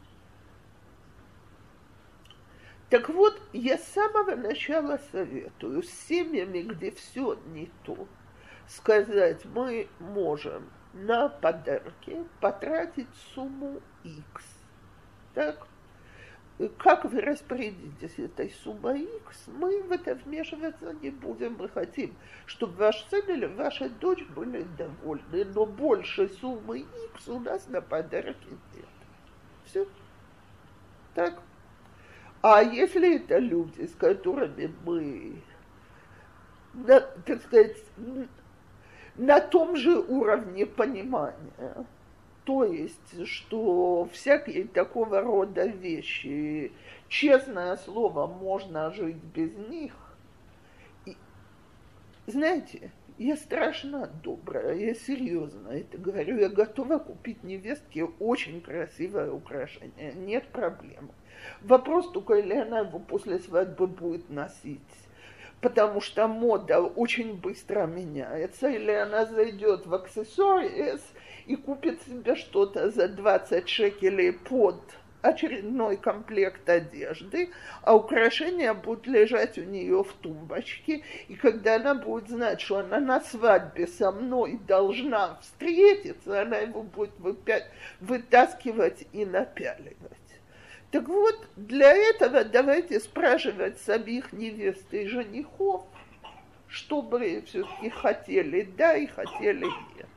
Так вот, я с самого начала советую с семьями, где все не то, сказать, мы можем на подарки потратить сумму X. Так? Как вы распорядитесь этой суммой X, мы в это вмешиваться не будем. Мы хотим, чтобы ваш сын или ваша дочь были довольны, но больше суммы X у нас на подарки нет. Все. Так? А если это люди, с которыми мы, так сказать, на том же уровне понимания, то есть, что всякие такого рода вещи, честное слово, можно жить без них. И, знаете, я страшно добрая, я серьезно это говорю, я готова купить невестке очень красивое украшение, нет проблем. Вопрос только, или она его после свадьбы будет носить, потому что очень быстро меняется, или она зайдет в аксессуарис и купит себе что-то за 20 шекелей под очередной комплект одежды, а украшения будут лежать у нее в тумбочке, и когда она будет знать, что она на свадьбе со мной должна встретиться, она его будет вытаскивать и напяливать. Так вот, для этого давайте спрашивать самих невест и женихов, что бы все-таки хотели да и хотели нет.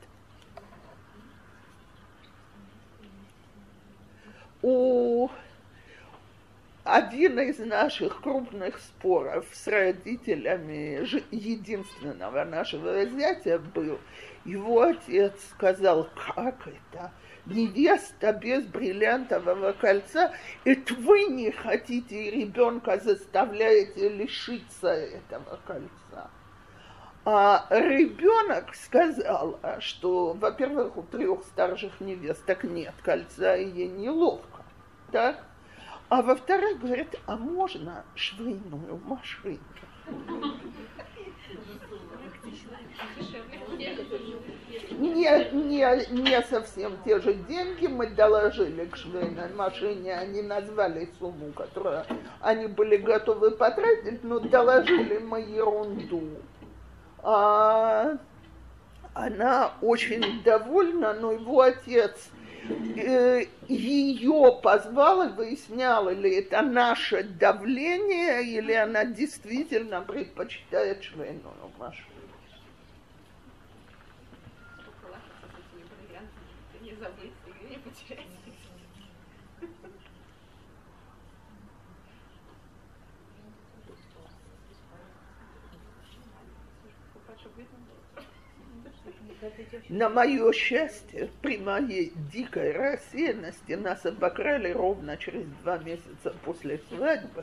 Один из наших крупных споров с родителями единственного нашего зятя был, его отец сказал, как это? Невеста без бриллиантового кольца, это вы не хотите, и ребенка заставляете лишиться этого кольца. А ребенок сказал, что, во-первых, у 3 старших невесток нет кольца, и ей неловко, так? А во-вторых, говорит, а можно швейную машинку? Не совсем те же деньги мы доложили к швейной машине, они назвали сумму, которую они были готовы потратить, но доложили мы ерунду. Она очень довольна, но его отец ее позвал и выяснял, или это наше давление, или она действительно предпочитает швейную машину. Не забыть, не потерять. На мое счастье, при моей дикой рассеянности нас обокрали ровно через 2 месяца после свадьбы.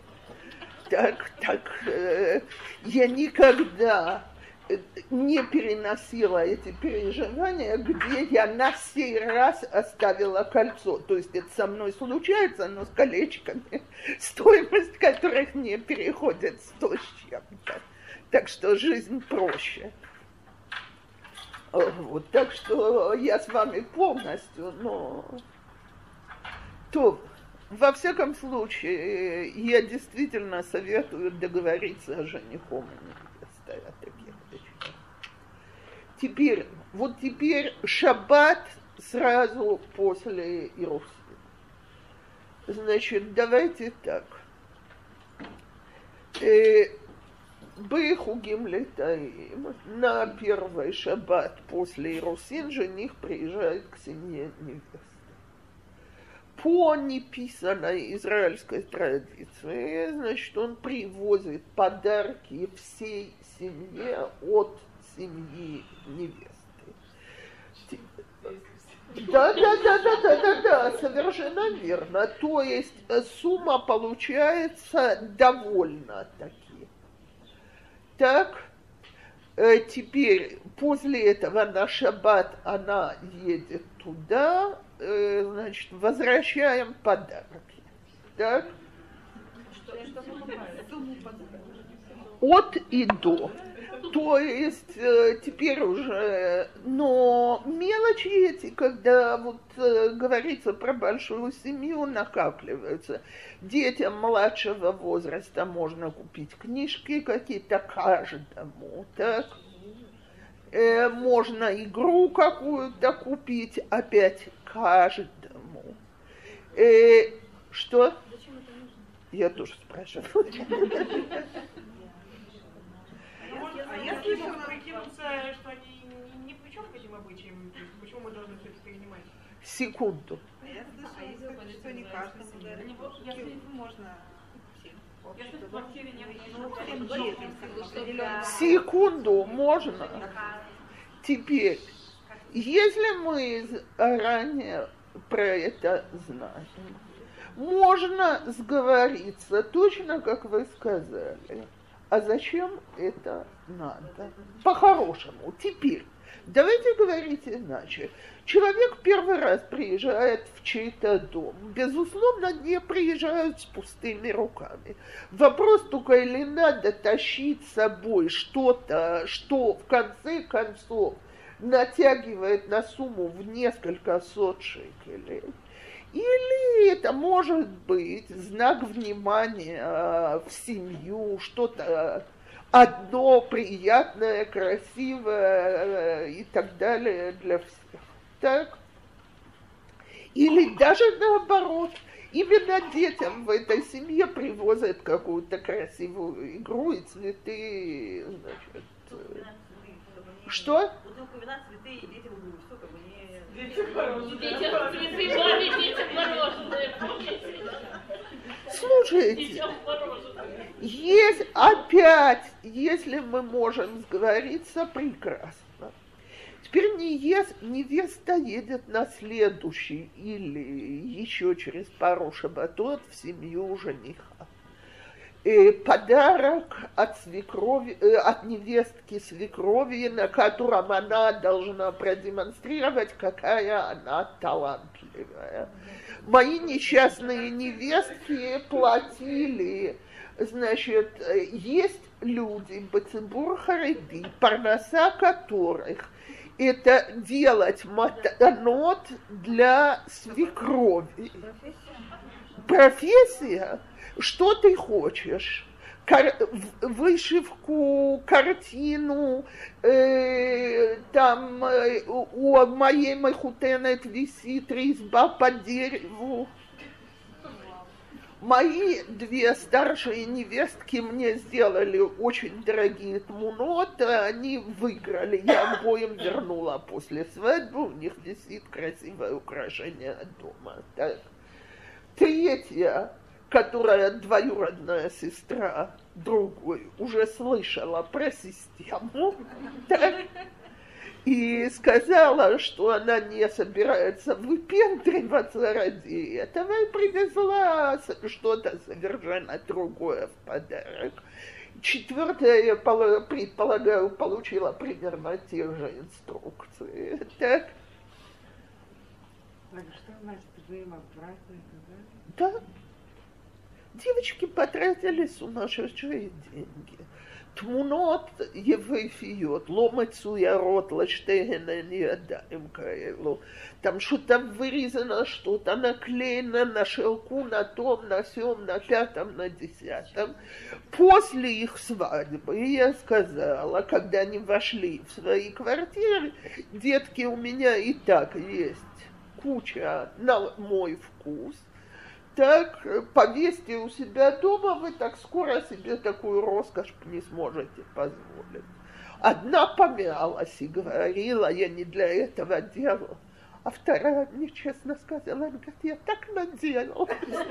Я никогда не переносила эти переживания, где я на сей раз оставила кольцо. То есть это со мной случается, но с колечками, стоимость которых не переходит 100 с чем-то. Так что жизнь проще. Вот, так что я с вами полностью, но... То, Во всяком случае, я действительно советую договориться с женихом и невестой о таких вещах. Теперь шаббат сразу после Ирусин. Значит, давайте так. Бейхугим летаим. На первый шаббат после Ирусин жених приезжает к семье невесты. По неписанной израильской традиции, значит, он привозит подарки всей семье от семьи невесты. Да, совершенно верно. То есть сумма получается довольно-таки. Так, теперь после этого на шаббат она едет туда, значит, возвращаем подарки. Так? От и до. То есть теперь уже, но мелочи эти, когда вот говорится про большую семью, накапливаются. Детям младшего возраста можно купить книжки какие-то каждому, так? Можно игру какую-то купить опять каждому. Что? Я тоже спрашиваю. А если можно прикинуться, что они ни при чем к этим обычаям, почему мы должны все это принимать? Секунду. Я слышала, что не каждому дарить. Можно всем. Если в квартире нет Секунду, можно. Теперь, если мы ранее про это знаем, можно сговориться, точно как вы сказали. А зачем это надо? По-хорошему. Теперь, давайте говорить иначе. Человек первый раз приезжает в чей-то дом. Безусловно, не приезжают с пустыми руками. Вопрос только, или надо тащить с собой что-то, что в конце концов натягивает на сумму в несколько сот шекелей. Или это может быть знак внимания в семью, что-то одно приятное, красивое и так далее для всех. Так? Или даже наоборот, именно детям в этой семье привозят какую-то красивую игру и цветы, значит. Что? Детям цветы, маме, детям мороженое. Слушайте, если мы можем сговориться, прекрасно. Теперь невеста едет на следующий или еще через пару шаббатот в семью жениха. Подарок от невестки свекрови, на котором она должна продемонстрировать, какая она талантливая. Мои несчастные невестки платили, значит, есть люди, бацибур хареди, парноса которых это делать матанот для свекрови. Профессия? Что ты хочешь? Вышивку, картину, там у моей Махутенет висит резьба по дереву. Мои две старшие невестки мне сделали очень дорогие тмуноты, они выиграли, я обоим вернула после свадьбы, у них висит красивое украшение дома. Так. Третья, которая двоюродная сестра другой, уже слышала про систему, так, и сказала, что она не собирается выпендриваться ради этого, и привезла что-то совершенно другое в подарок. Четвертая, я предполагаю, получила примерно те же инструкции. Так? Так что значит взаимообразно, да? Да. Девочки потратили сумасшедшие деньги. תמונות יפהפיות, לא מצוירות לשתיהן ידיים כאלו. Там что-то вырезано, что-то наклеено на шелку, на том, на сём, на пятом, на десятом. После их свадьбы я сказала, когда они вошли в свои квартиры, детки, у меня и так есть куча на мой вкус. Так, повесьте у себя дома, вы так скоро себе такую роскошь не сможете позволить. Одна помялась и говорила, я не для этого делала. А вторая мне честно сказала, она говорит, я так надела.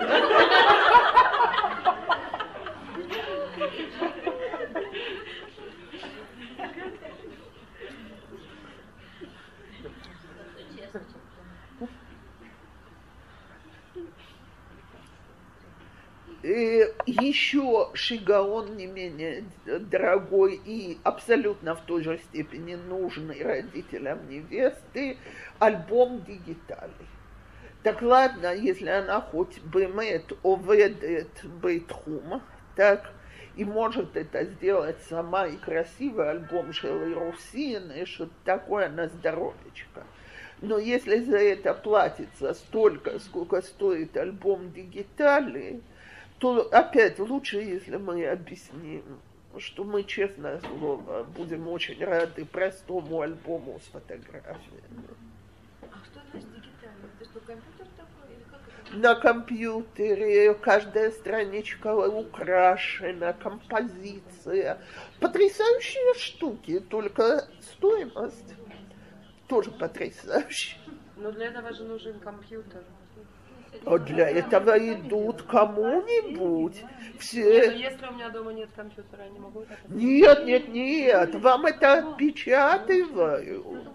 Еще шигаон не менее дорогой и абсолютно в той же степени нужный родителям невесты альбом дигитальный. Так ладно, если она хоть бемет оведет бейтхум, так и может это сделать сама и красивый альбом Шелы Русины, что-то такое на здоровечко. Но если за это платится столько, сколько стоит альбом дигитальный, то опять лучше, если мы объясним, что мы, честное слово, будем очень рады простому альбому с фотографиями. А что значит дигитально? Это что, компьютер такой или как это? На компьютере каждая страничка украшена, композиция. Потрясающие штуки, только стоимость тоже потрясающая. Но для этого же нужен компьютер. А для этого идут кому-нибудь. Все... Нет, но если у меня дома нет компьютера, я не могу это... Нет, вам это отпечатывают.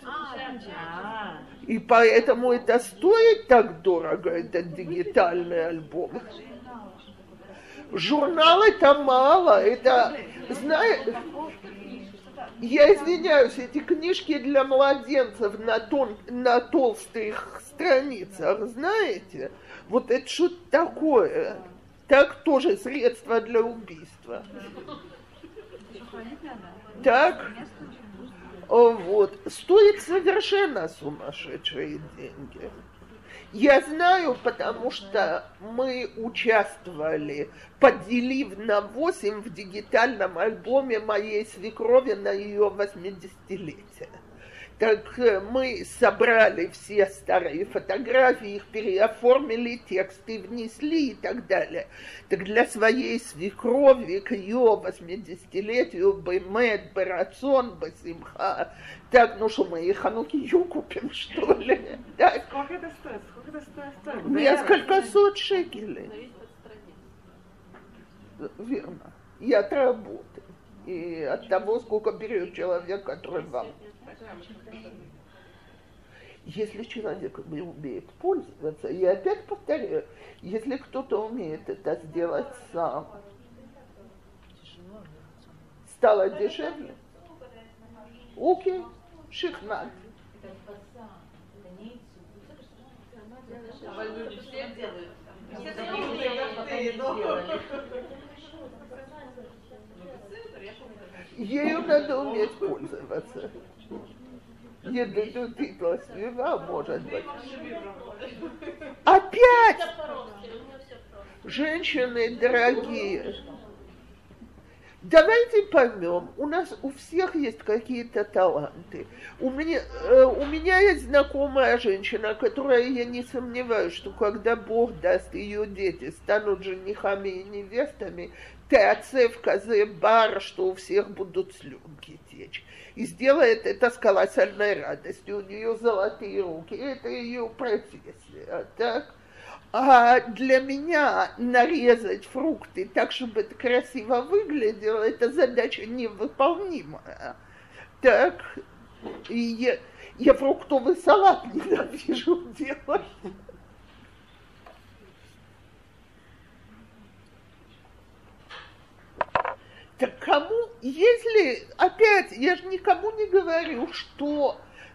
И поэтому это стоит так дорого, этот дигитальный альбом. Журнал это мало, это, знаете, я извиняюсь, эти книжки для младенцев на толстых страницах, знаете, вот это что-то такое. Так тоже средство для убийства. Так, вот, стоит совершенно сумасшедшие деньги. Я знаю, потому что мы участвовали, поделив на 8 в дигитальном альбоме моей свекрови на ее 80-летие. Так мы собрали все старые фотографии, их переоформили, тексты внесли и так далее. Так для своей свекрови к ее 80-летию бэмэт, бэрацон, бэсимха. Так, ну что, мы и ханукию купим, что ли? Так. Сколько это стоит? Несколько сот шекелей. Верно. И от работы. И от того, сколько берет человек, который вам. Если человек не умеет пользоваться, я опять повторяю, если кто-то умеет это сделать сам, стало дешевле? Окей, шихнат. Ею надо уметь пользоваться. Не дадут и пластива, может быть. Опять! Женщины дорогие, давайте поймем, у нас у всех есть какие-то таланты. У меня есть знакомая женщина, которая, я не сомневаюсь, что когда Бог даст, ее дети станут женихами и невестами, теацев казе бар, что у всех будут слюнки течь. И сделает это с колоссальной радостью. У нее золотые руки, это ее профессия, так? А для меня нарезать фрукты так, чтобы это красиво выглядело, это задача невыполнимая. Так, и я фруктовый салат ненавижу делать. Так кому, если, опять, я же никому не говорю, что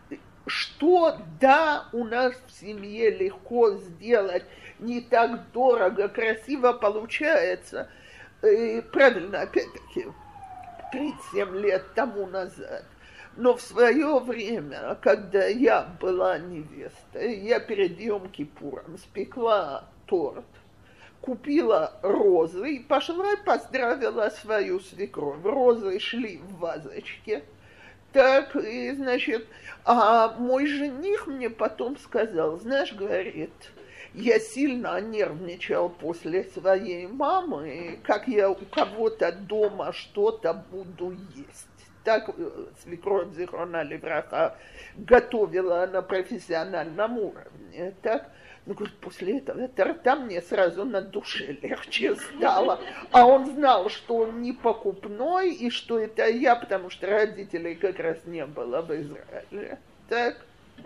да, у нас в семье легко сделать, не так дорого, красиво получается. Правильно, опять-таки, 37 лет тому назад. Но в свое время, когда я была невестой, я перед Йом-Кипуром спекла торт, купила розы и пошла и поздравила свою свекровь. Розы шли в вазочке. Так, и, значит, а мой жених мне потом сказал, знаешь, говорит, я сильно нервничал после своей мамы, как я у кого-то дома что-то буду есть. Так свекровь Зихрона Левраха готовила на профессиональном уровне. Так, ну, говорит, после этого торта мне сразу на душе легче стало. А он знал, что он не покупной, и что это я, потому что родителей как раз не было в Израиле. Так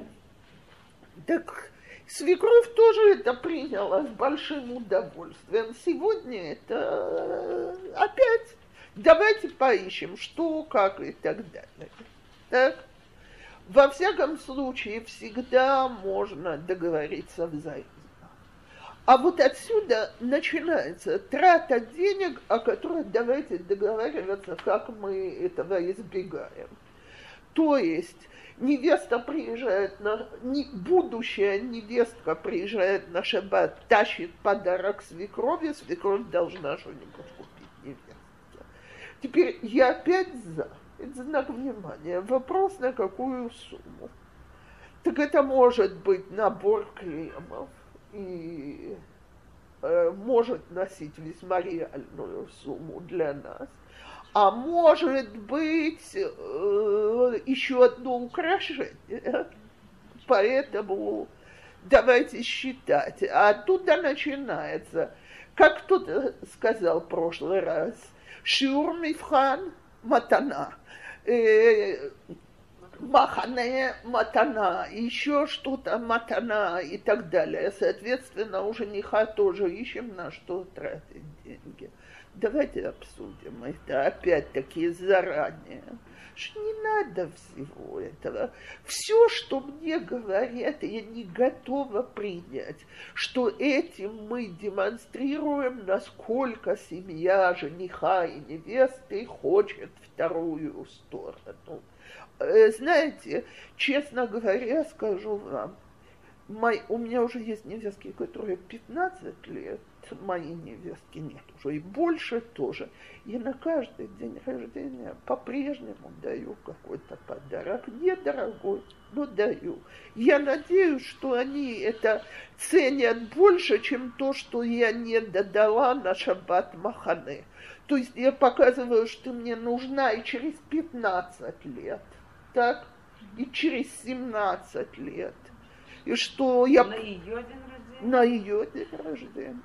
свекровь тоже это приняла с большим удовольствием. Сегодня это опять давайте поищем, что, как и так далее. Так? Во всяком случае, всегда можно договориться взаимно. А вот отсюда начинается трата денег, о которой давайте договариваться, как мы этого избегаем. То есть невеста приезжает будущая невестка приезжает на шаббат, тащит подарок свекрови, свекровь должна что-нибудь купить невестке. Теперь я опять за. Это знак внимания. Вопрос, на какую сумму. Так это может быть набор кремов и может носить весьма реальную сумму для нас. А может быть еще одно украшение. Поэтому давайте считать. А оттуда начинается, как кто-то сказал в прошлый раз, шиур мивхан матана. Махане матана, еще что-то матана и так далее. Соответственно, у жениха тоже ищем, на что тратить деньги. Давайте обсудим это опять-таки заранее. Что не надо всего этого. Все, что мне говорят, я не готова принять, что этим мы демонстрируем, насколько семья жениха и невесты хочет вторую сторону. Знаете, честно говоря, скажу вам, у меня уже есть невестки, которые 15 лет, моей невестки нет уже, и больше тоже. Я на каждый день рождения по-прежнему даю какой-то подарок. Недорогой, но даю. Я надеюсь, что они это ценят больше, чем то, что я не додала на шаббат махане. То есть я показываю, что мне нужна и через 15 лет, так, и через 17 лет. И что я... На ее день рождения? На ее день рождения.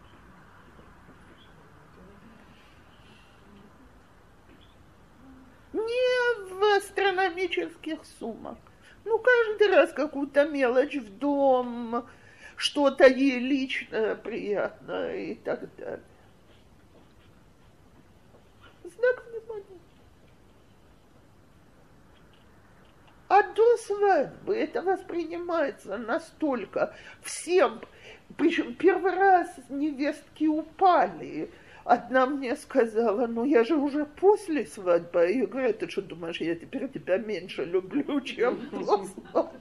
Не в астрономических суммах. Ну, каждый раз какую-то мелочь в дом, что-то ей личное, приятное и так далее. Знак внимания. А до свадьбы это воспринимается настолько всем, причем первый раз невестки упали. Одна мне сказала, ну я же уже после свадьбы. Я говорю, ты что думаешь, я теперь тебя меньше люблю, чем до свадьбы?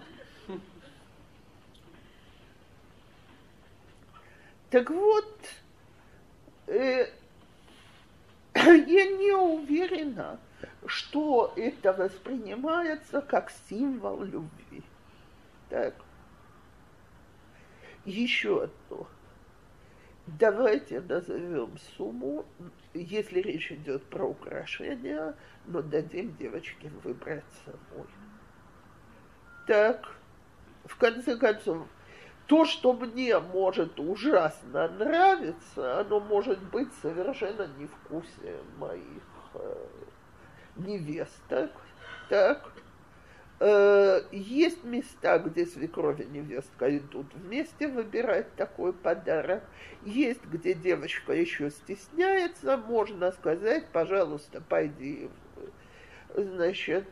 Так вот, я не уверена, что это воспринимается как символ любви. Так. Еще одно. Давайте назовем сумму, если речь идет про украшения, но дадим девочке выбрать самой. Так, в конце концов, то, что мне может ужасно нравиться, оно может быть совершенно не в вкусе моих невесток. Так. Есть места, где свекровь и невестка идут вместе выбирать такой подарок. Есть, где девочка еще стесняется, можно сказать, пожалуйста, пойди. Значит,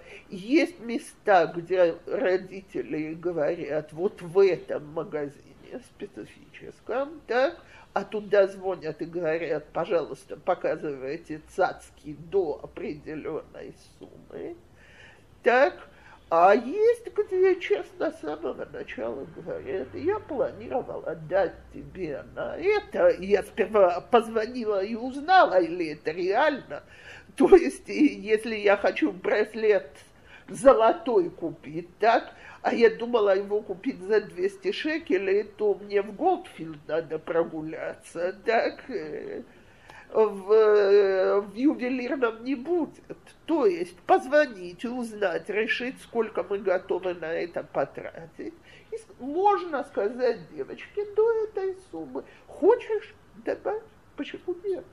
есть места, где родители говорят, вот в этом магазине плане специфическом, так, а туда звонят и говорят, пожалуйста, показывайте цацки до определенной суммы, так, а есть, где честно с самого начала говорят, я планировала дать тебе на это, я сперва позвонила и узнала, или это реально, то есть, если я хочу браслет золотой купить, так, а я думала его купить за 200 шекелей, то мне в Голдфилд надо прогуляться, так, в ювелирном не будет. То есть позвонить, узнать, решить, сколько мы готовы на это потратить. И можно сказать девочке до этой суммы. Хочешь, добавь, почему нет?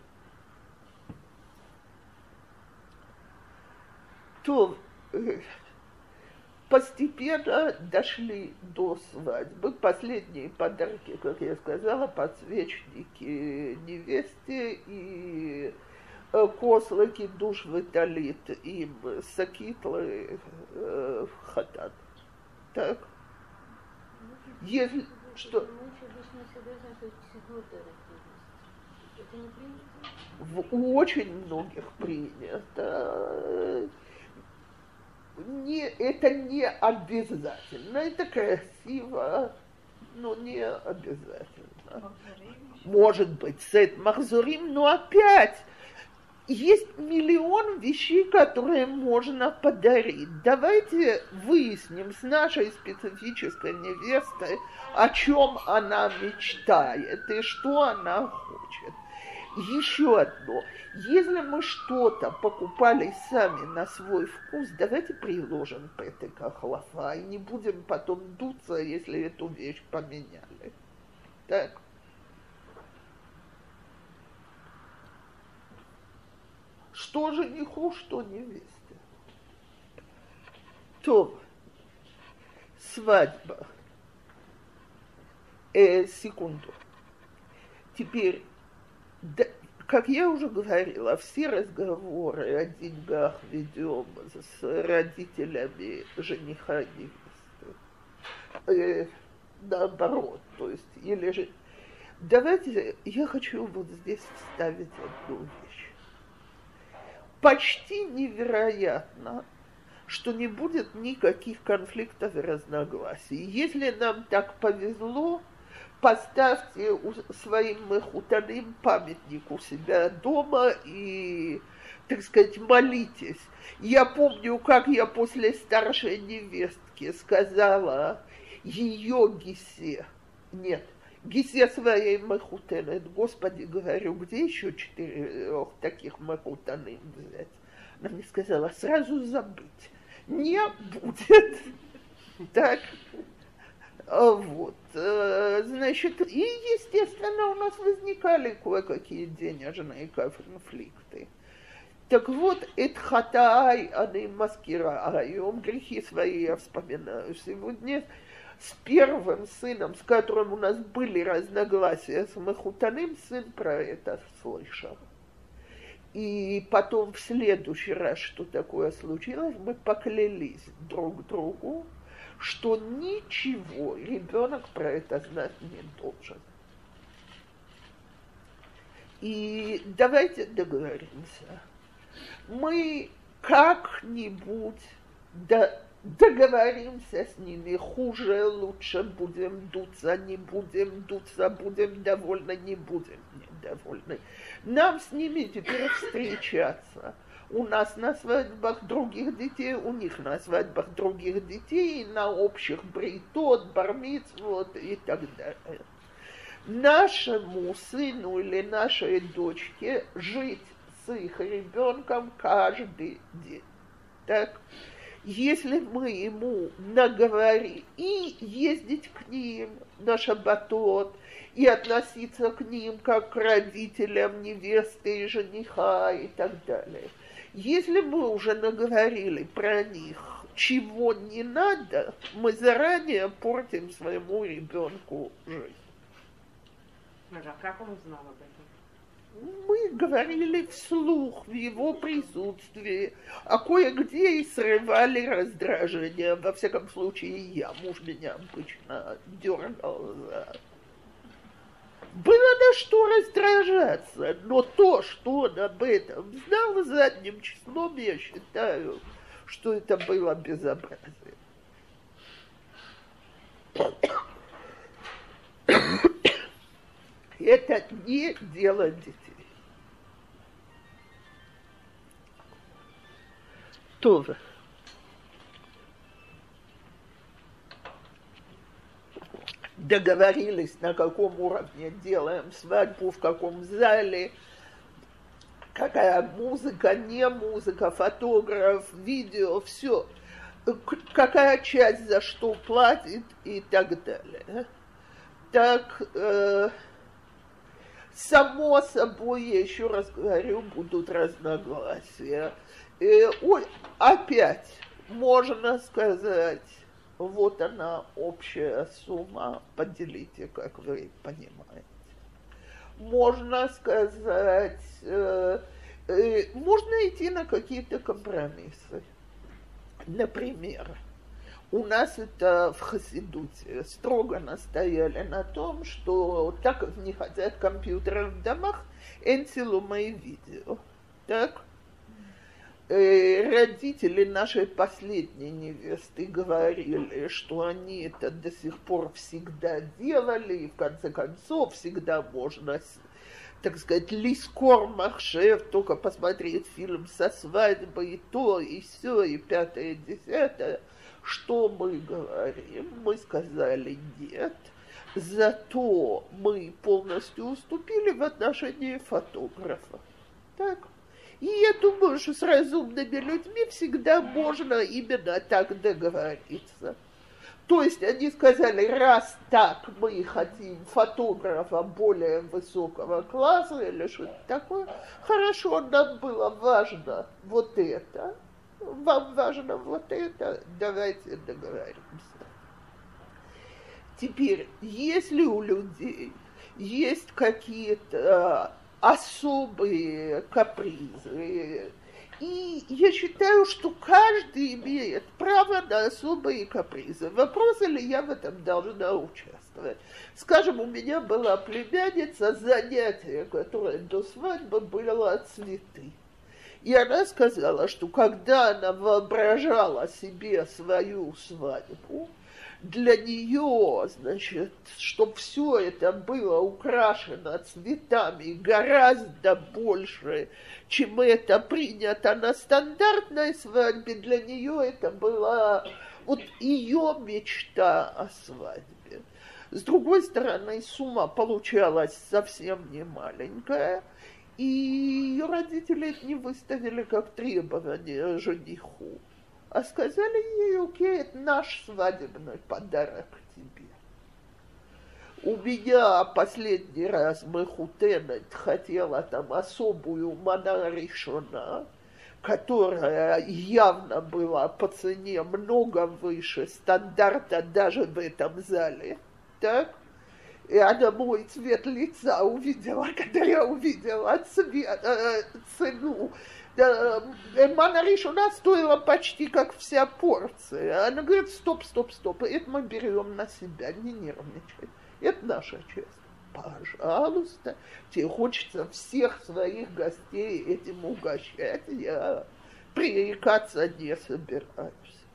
То постепенно дошли до свадьбы. Последние подарки, как я сказала, подсвечники невесте и кослыки душ выталит им сакитлы хатан. Так? Если что? В очень многих принято. Это не обязательно, это красиво, но не обязательно. Может быть, сет махзурим, но опять есть миллион вещей, которые можно подарить. Давайте выясним с нашей специфической невестой, о чем она мечтает и что она хочет. Еще одно. Если мы что-то покупали сами на свой вкус, давайте приложим петек ахлафа и не будем потом дуться, если эту вещь поменяли. Так. Что жениху, что невесте. То свадьба. Секунду. Теперь, да, как я уже говорила, все разговоры о деньгах ведем с родителями жениха и невесты. Наоборот, то есть, или же... Давайте, я хочу вот здесь вставить одну вещь. Почти невероятно, что не будет никаких конфликтов и разногласий. Если нам так повезло, поставьте своим мехутаным памятник у себя дома и, так сказать, молитесь. Я помню, как я после старшей невестки сказала ее Гисе, нет, Гисе своей мехутанет, Господи, говорю, где еще 4 таких мехутаным взять? Она мне сказала, сразу забыть, не будет. Так. Вот, значит, и, естественно, у нас возникали кое-какие денежные конфликты. Так вот, это хатаай, они маскираем, грехи свои я вспоминаю сегодня. С первым сыном, с которым у нас были разногласия с мехутаным, сын про это слышал. И потом в следующий раз, что такое случилось, мы поклялись друг другу, что ничего ребенок про это знать не должен. И давайте договоримся. Мы как-нибудь договоримся с ними, хуже, лучше, будем дуться, не будем дуться, будем довольны, не будем недовольны. Нам с ними теперь встречаться. У нас на свадьбах других детей, у них на свадьбах других детей, на общих бритот, бармицвот и так далее. Нашему сыну или нашей дочке жить с их ребенком каждый день. Так? Если мы ему наговорим и ездить к ним на шаббатот, и относиться к ним как к родителям невесты и жениха и так далее. Если мы уже наговорили про них, чего не надо, мы заранее портим своему ребенку жизнь. А как он узнал об этом? мы говорили вслух в его присутствии, а кое-где и срывали раздражение. Во всяком случае, я, муж меня обычно дергал за... Было на что раздражаться, но то, что он об этом знал задним числом, я считаю, что это было безобразие. Это не дело детей. Тоже. Договорились, на каком уровне делаем свадьбу, в каком зале, какая музыка, не музыка, фотограф, видео, все. Какая часть за что платит и так далее. Так, само собой, я еще раз говорю, будут разногласия. Опять можно сказать, вот она общая сумма, поделите, как вы понимаете. Можно сказать, можно идти на какие-то компромиссы. Например, у нас это в Хасидуте строго настояли на том, что так как не хотят компьютеров в домах, энцилумы видео. Так? Родители нашей последней невесты говорили, что они это до сих пор всегда делали, и в конце концов всегда можно, так сказать, лискор махшев, только посмотреть фильм со свадьбой, и то, и все, и пятое, и десятое. Что мы говорим? Мы сказали нет, зато мы полностью уступили в отношении фотографа. Так? И я думаю, что с разумными людьми всегда можно именно так договориться. То есть они сказали, раз так мы хотим фотографа более высокого класса или что-то такое, хорошо, нам было важно вот это, вам важно вот это, давайте договоримся. Теперь, если у людей есть какие-то особые капризы, и я считаю, что каждый имеет право на особые капризы. Вопрос, ли я в этом должна участвовать. Скажем, у меня была племянница, занятие, которое до свадьбы было цветы. И она сказала, что когда она воображала себе свою свадьбу, для нее, значит, чтобы все это было украшено цветами гораздо больше, чем это принято на стандартной свадьбе, для нее это была вот ее мечта о свадьбе. С другой стороны, сумма получалась совсем не маленькая, и ее родители это не выставили как требование жениху. А сказали ей, окей, это наш свадебный подарок тебе. У меня последний раз Мехутенет хотела там особую мана ришона, которая явно была по цене много выше стандарта даже в этом зале. Так? И она мой цвет лица увидела, когда я увидела цену. Мана ришона стоила почти как вся порция. Она говорит, стоп, это мы берем на себя, не нервничай. Это наша честь. Пожалуйста, тебе хочется всех своих гостей этим угощать, я пререкаться не собираюсь.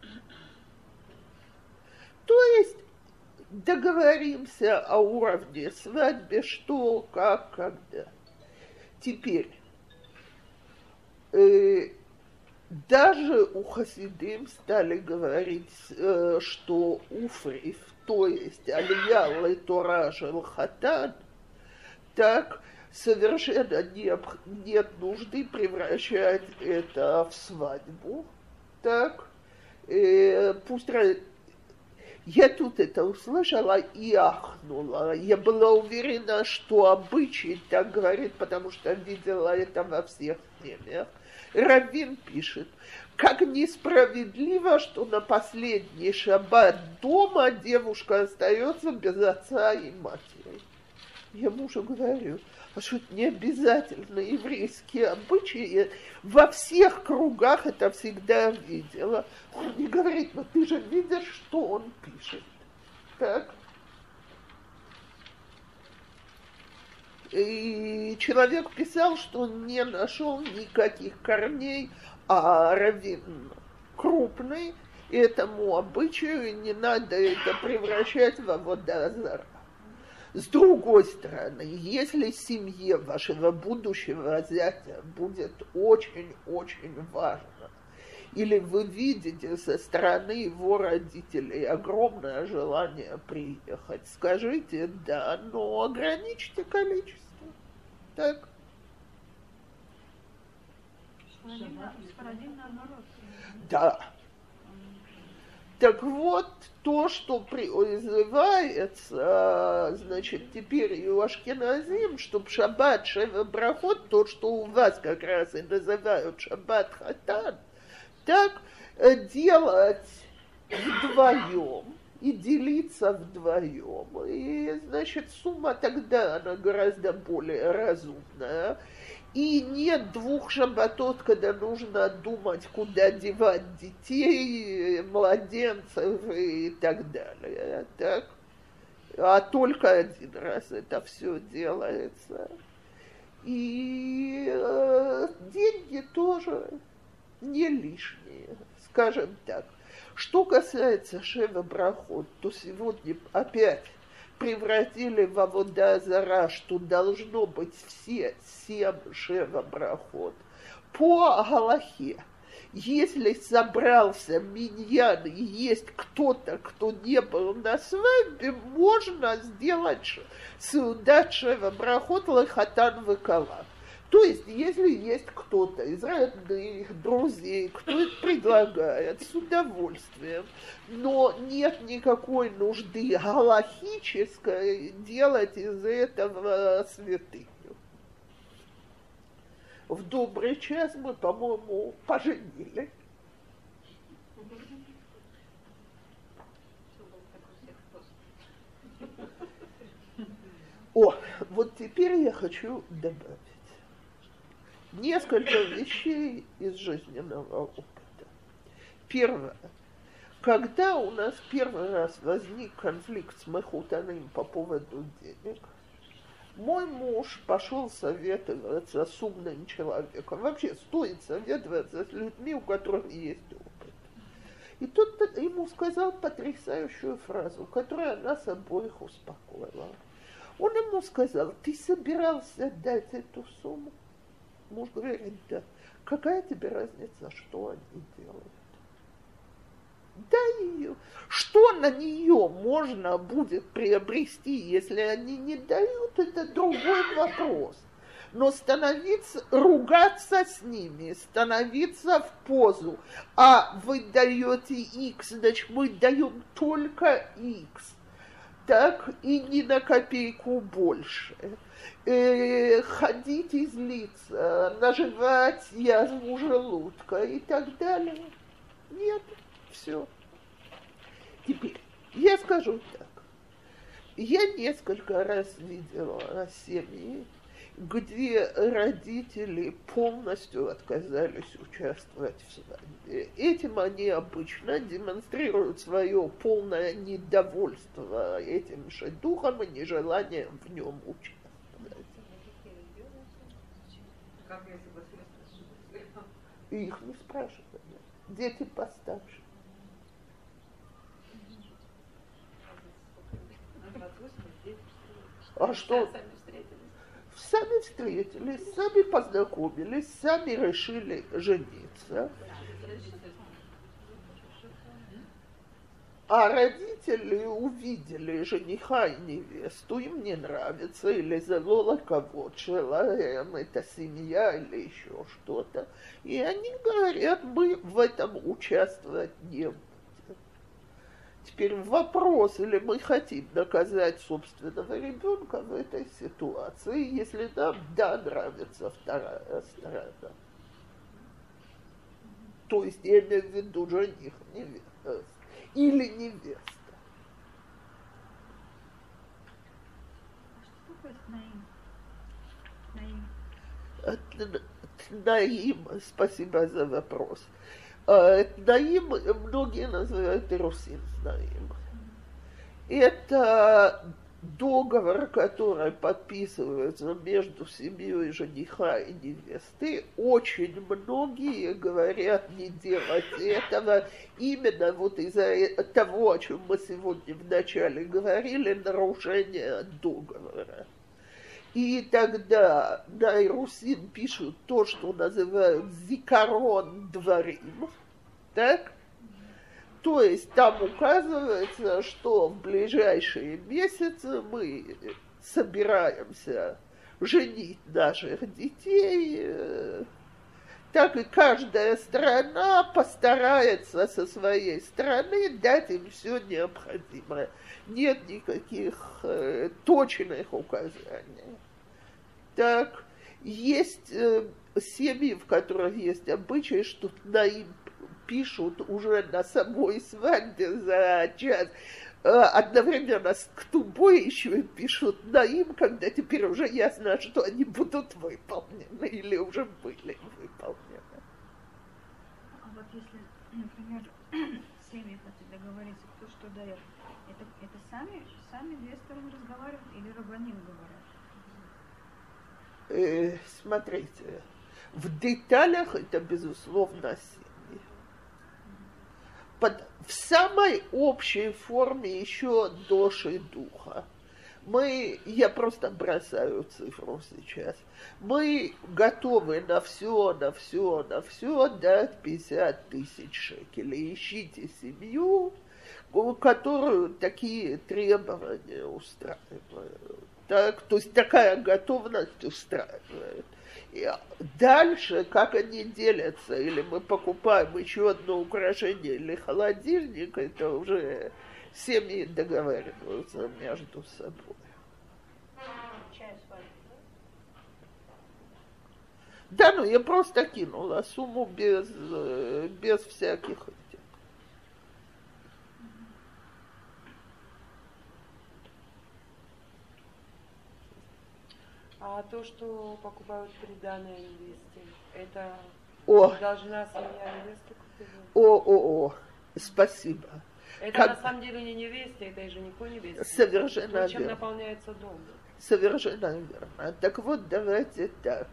То есть договоримся о уровне свадьбы, что, как, когда. Теперь, даже у хасидим стали говорить, что уфриф, то есть алия летора шел хатан, так совершенно нет нужды превращать это в свадьбу. Так, пусть... Я тут это услышала и ахнула. Я была уверена, что обычай так говорит, потому что видела это во всех семьях. Раввин пишет, как несправедливо, что на последний шаббат дома девушка остается без отца и матери. Я мужу говорю, а что это не обязательно еврейские обычаи, во всех кругах это всегда видела. Он мне говорит, но ты же видишь, что он пишет. Так? И человек писал, что он не нашел никаких корней, а раввин крупный, этому обычаю не надо это превращать в авода зара. С другой стороны, если семье вашего будущего зятя будет очень-очень важно, или вы видите со стороны его родителей огромное желание приехать, скажите «да», но ограничьте количество. Так? Да. Так вот, то, что призывается, значит, теперь и у ашкеназим, чтобы шаббат шева брахот, то, что у вас как раз и называют шаббат хатан, так делать вдвоем и делиться вдвоем. И, значит, сумма тогда, она гораздо более разумная. И нет 2 шаббатот, когда нужно думать, куда девать детей, младенцев и так далее. Так? А только 1 раз это все делается. И деньги тоже не лишние, скажем так. Что касается шева брахот, то сегодня опять превратили в авода зара, что должно быть все 7 шева брахот. По галахе, если собрался миньян и есть кто-то, кто не был на свадьбе, можно сделать сеудат шева брахот лехатан векала. То есть, если есть кто-то из родных, друзей, кто это предлагает, с удовольствием, но нет никакой нужды галахической делать из этого святыню. В добрый час мы, по-моему, поженили. О, вот теперь я хочу добавить несколько вещей из жизненного опыта. Первое. Когда у нас первый раз возник конфликт с Мехутаным по поводу денег, мой муж пошел советоваться с умным человеком. Вообще стоит советоваться с людьми, у которых есть опыт. И тот ему сказал потрясающую фразу, которая нас обоих успокоила. Он ему сказал: ты собирался дать эту сумму? Муж говорит: да. Какая тебе разница, что они делают? Дай ее. Что на нее можно будет приобрести, если они не дают, это другой вопрос. Но ругаться с ними, становиться в позу. А вы даете X, значит, мы даем только X. Так, и ни на копейку больше. Ходить и злиться, наживать язву желудка и так далее. Нет, все. Теперь, я скажу так. Я несколько раз видела семьи, где родители полностью отказались участвовать в свадьбе. Этим они обычно демонстрируют свое полное недовольство этим шедухом и нежеланием в нем участвовать. Как я согласилась? И их не спрашивали. Дети постарше. А что? Сами встретились, сами познакомились, сами решили жениться. А родители увидели жениха и невесту, им не нравится, или залола кого-то, желаем, это семья или еще что-то. И они говорят: мы в этом участвовать не будем. Теперь вопрос, или мы хотим наказать собственного ребенка в этой ситуации, если нам, да, нравится вторая сторона. То есть я имею в виду жених, невеста или невеста. буквы? Наим. Наим, спасибо за вопрос. Наим многие называют Ирусин Наим. Это договор, который подписывается между семьей жениха и невесты. Очень многие говорят не делать этого именно вот из-за того, о чем мы сегодня вначале говорили, нарушение договора. И тогда на Ирусин пишут то, что называют зикарон дворим, так? То есть там указывается, что в ближайшие месяцы мы собираемся женить наших детей, так и каждая страна постарается со своей стороны дать им все необходимое. Нет никаких точных указаний. Так, есть семьи, в которых есть обычай, что наим пишут уже на самой свадьбе за час. Одновременно с ктубой еще и пишут наим, когда теперь уже ясно, что они будут выполнены или уже были выполнены. А вот если, например, семьи хотят договориться, кто что дает, это сами две стороны разговаривают или рабаним говорят? Смотрите, в деталях это, безусловно, семьи. В самой общей форме еще до шидуха. Я просто бросаю цифру сейчас. Мы готовы на все дать 50 тысяч шекелей. Ищите семью, которую такие требования устраивают. Так, то есть такая готовность устраивает. И дальше, как они делятся, или мы покупаем еще одно украшение или холодильник, это уже семьи договариваются между собой. Да, ну я просто кинула сумму без всяких этих. А то, что покупают приданое невесте, это должна семья невесты купить? Спасибо. Это на самом деле не невесте, это и жениху невесте. Совершенно верно. То, чем наполняется дом. Совершенно верно. Так вот, давайте так.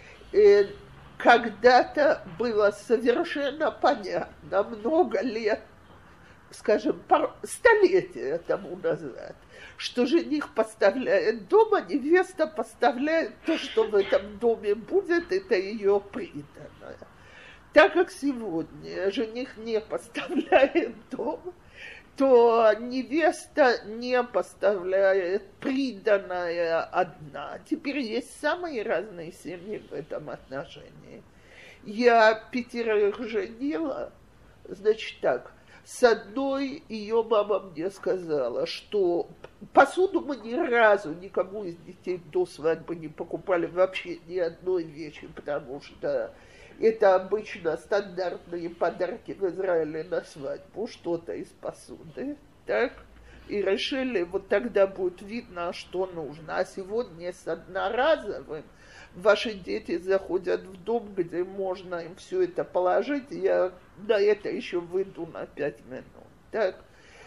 Когда-то было совершенно понятно, много лет, скажем, столетия тому назад, что жених поставляет дом, а невеста поставляет то, что в этом доме будет, это ее приданое. Так как сегодня жених не поставляет дом, то невеста не поставляет приданое одна. Теперь есть самые разные семьи в этом отношении. Я 5 женила, значит так, с одной ее мама мне сказала, что посуду мы ни разу никому из детей до свадьбы не покупали вообще ни одной вещи, потому что это обычно стандартные подарки в Израиле на свадьбу, что-то из посуды, так? И решили, вот тогда будет видно, что нужно. А сегодня с одноразовым ваши дети заходят в дом, где можно им все это положить, и я на это еще выйду на 5 минут. Так,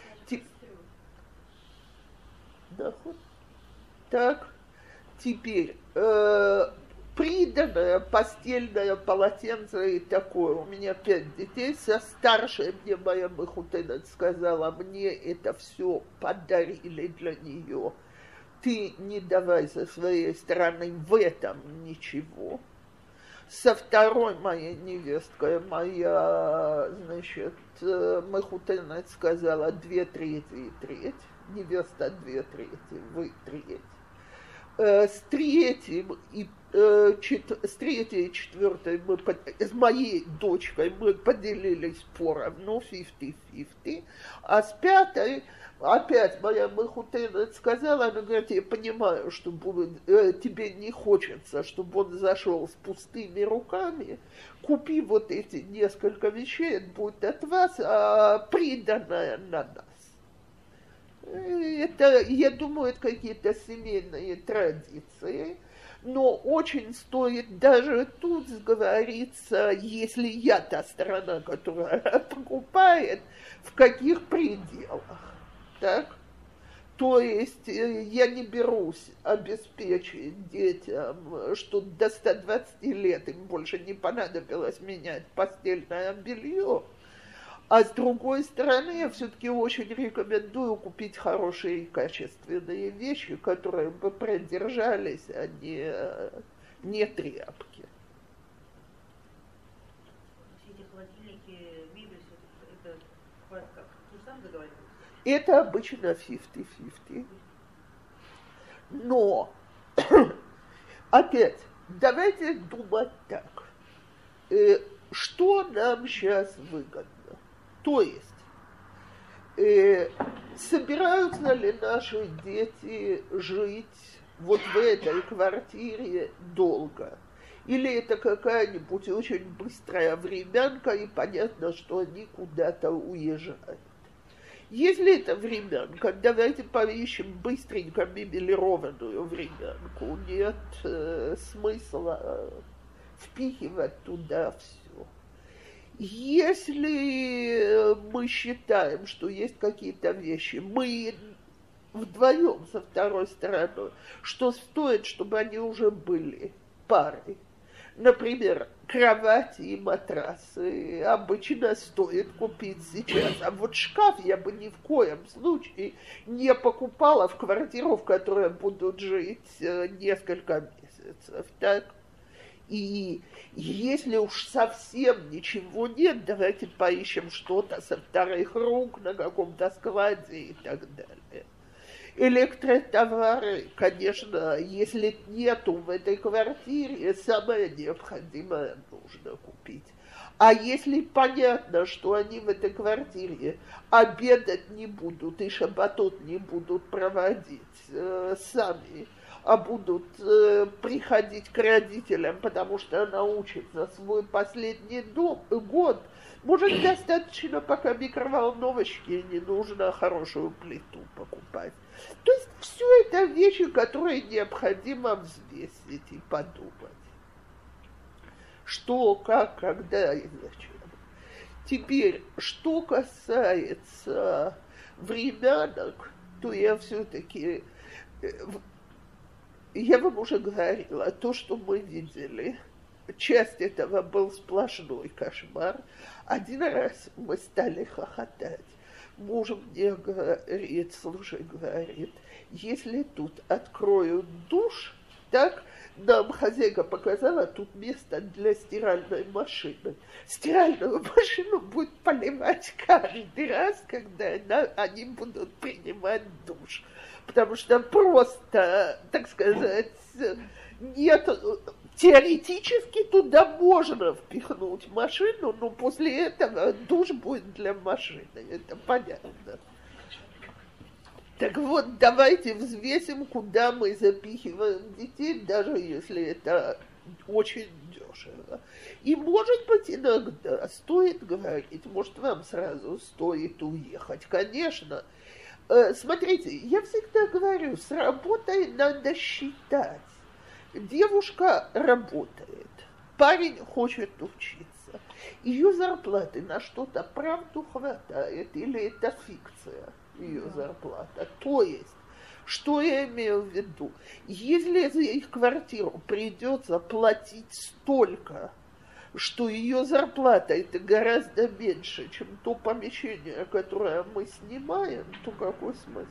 так, теперь приданное постельное полотенце и такое. У меня 5 детей. Со старшей мне моя мехутенет сказала, мне это все подарили для нее. Ты не давай со своей стороны в этом ничего. Со второй моей невесткой моя, значит, мехутенет сказала 2/3 и треть. Невеста 2/3, вы треть. С третьей и четвертой с моей дочкой мы поделились поровну, 50-50, а с 5 опять моя мехутенет сказала, она говорит, я понимаю, что тебе не хочется, чтобы он зашел с пустыми руками, купи вот эти несколько вещей, это будет от вас, а приданное на нас. Это, я думаю, это какие-то семейные традиции. Но очень стоит даже тут сговориться, если я та сторона, которая покупает, в каких пределах. Так? То есть я не берусь обеспечить детям, что до 120 лет им больше не понадобилось менять постельное белье. А с другой стороны, я все-таки очень рекомендую купить хорошие и качественные вещи, которые бы продержались, а не тряпки. Все эти холодильники, мебель, это как? Ты сам договаривался? Это обычно 50-50. Но, опять, давайте думать так. Что нам сейчас выгодно? То есть, собираются ли наши дети жить вот в этой квартире долго? Или это какая-нибудь очень быстрая времянка, и понятно, что они куда-то уезжают? Если это времянка, давайте поищем быстренько мебелированную времянку. Нет смысла впихивать туда все. Если мы считаем, что есть какие-то вещи, мы вдвоем со второй стороной, что стоит, чтобы они уже были парой. Например, кровати и матрасы обычно стоит купить сейчас. А вот шкаф я бы ни в коем случае не покупала в квартиру, в которой будут жить несколько месяцев. Так? И если уж совсем ничего нет, давайте поищем что-то со вторых рук на каком-то складе и так далее. Электротовары, конечно, если нету в этой квартире, самое необходимое нужно купить. А если понятно, что они в этой квартире обедать не будут и шабатот не будут проводить сами, а будут приходить к родителям, потому что она учится свой последний год, может, достаточно, пока микроволновочки не нужно хорошую плиту покупать. То есть все это вещи, которые необходимо взвесить и подумать. Что, как, когда и зачем. Теперь, что касается времянок, то я все-таки... Я вам уже говорила, то, что мы видели, часть этого был сплошной кошмар. Один раз мы стали хохотать. Муж мне говорит, слушай, говорит, если тут откроют душ, так, нам хозяйка показала тут место для стиральной машины. Стиральную машину будет поливать каждый раз, когда они будут принимать душ. Потому что просто, так сказать, нет, теоретически туда можно впихнуть машину, но после этого душ будет для машины, это понятно. Так вот, давайте взвесим, куда мы запихиваем детей, даже если это очень дешево. И, может быть, иногда стоит говорить, может, вам сразу стоит уехать, конечно. Смотрите, я всегда говорю, с работой надо считать. Девушка работает, парень хочет учиться. Ее зарплаты на что-то правду хватает или это фикция ее зарплата? То есть, что я имею в виду? Если за их квартиру придется платить столько, что ее зарплата это гораздо меньше, чем то помещение, которое мы снимаем, то какой смысл?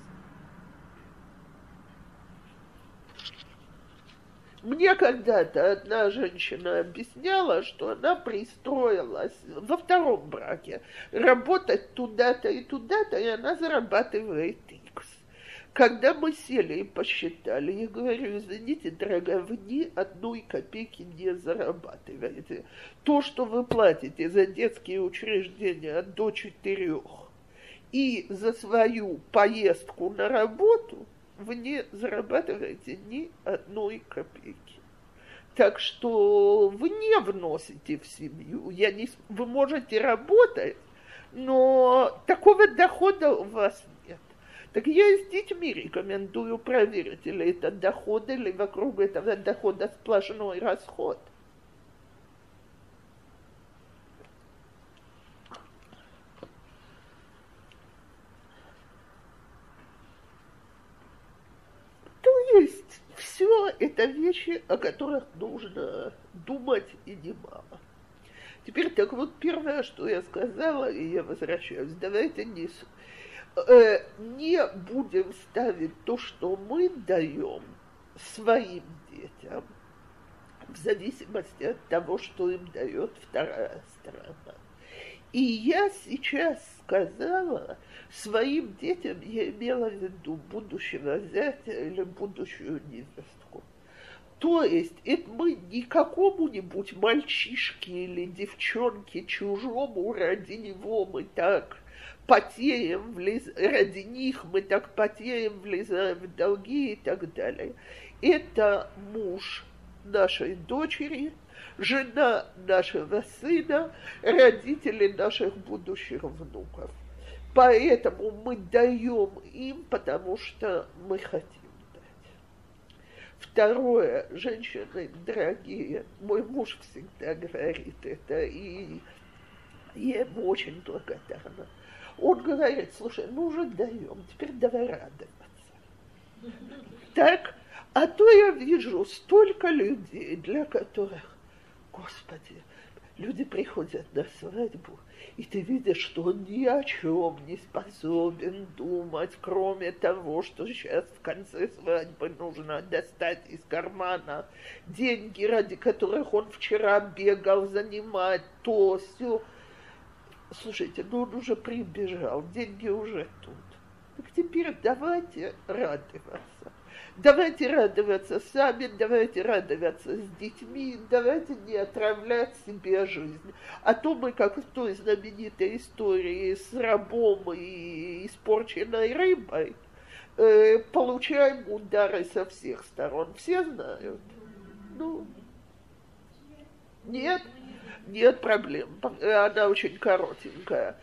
Мне когда-то одна женщина объясняла, что она пристроилась во втором браке работать туда-то и туда-то, и она зарабатывает X. Когда мы сели и посчитали, я говорю, извините, дорогая, вы ни одной копейки не зарабатываете. То, что вы платите за детские учреждения до 4 и за свою поездку на работу, вы не зарабатываете ни одной копейки. Так что вы не вносите в семью. Вы можете работать, но такого дохода у вас нет. Так я и с детьми рекомендую проверить, или это доход, или вокруг этого дохода сплошной расход. То есть все это вещи, о которых нужно думать и немало. Теперь так вот первое, что я сказала, и я возвращаюсь, давайте не будем ставить то, что мы даем своим детям, в зависимости от того, что им дает вторая сторона. И я сейчас сказала своим детям, я имела в виду будущего зятя или будущую невестку. То есть это мы не какому-нибудь мальчишке или девчонке чужому, ради него мы так потеем, ради них мы так потеем, влезаем в долги и так далее. Это муж нашей дочери, жена нашего сына, родители наших будущих внуков. Поэтому мы даем им, потому что мы хотим. Второе, женщины дорогие, мой муж всегда говорит это, и я ему очень благодарна. Он говорит, слушай, мы уже даем, теперь давай радоваться. Так, а то я вижу столько людей, для которых, Господи, люди приходят на свадьбу, и ты видишь, что он ни о чем не способен думать, кроме того, что сейчас в конце свадьбы нужно достать из кармана деньги, ради которых он вчера бегал занимать то, сё. Слушайте, ну он уже прибежал, деньги уже тут. Так теперь давайте радоваться. Давайте радоваться сами, давайте радоваться с детьми, давайте не отравлять себе жизнь. А то мы, как в той знаменитой истории с рабом и испорченной рыбой, получаем удары со всех сторон. Все знают? Ну, нет? Нет проблем. Она очень коротенькая.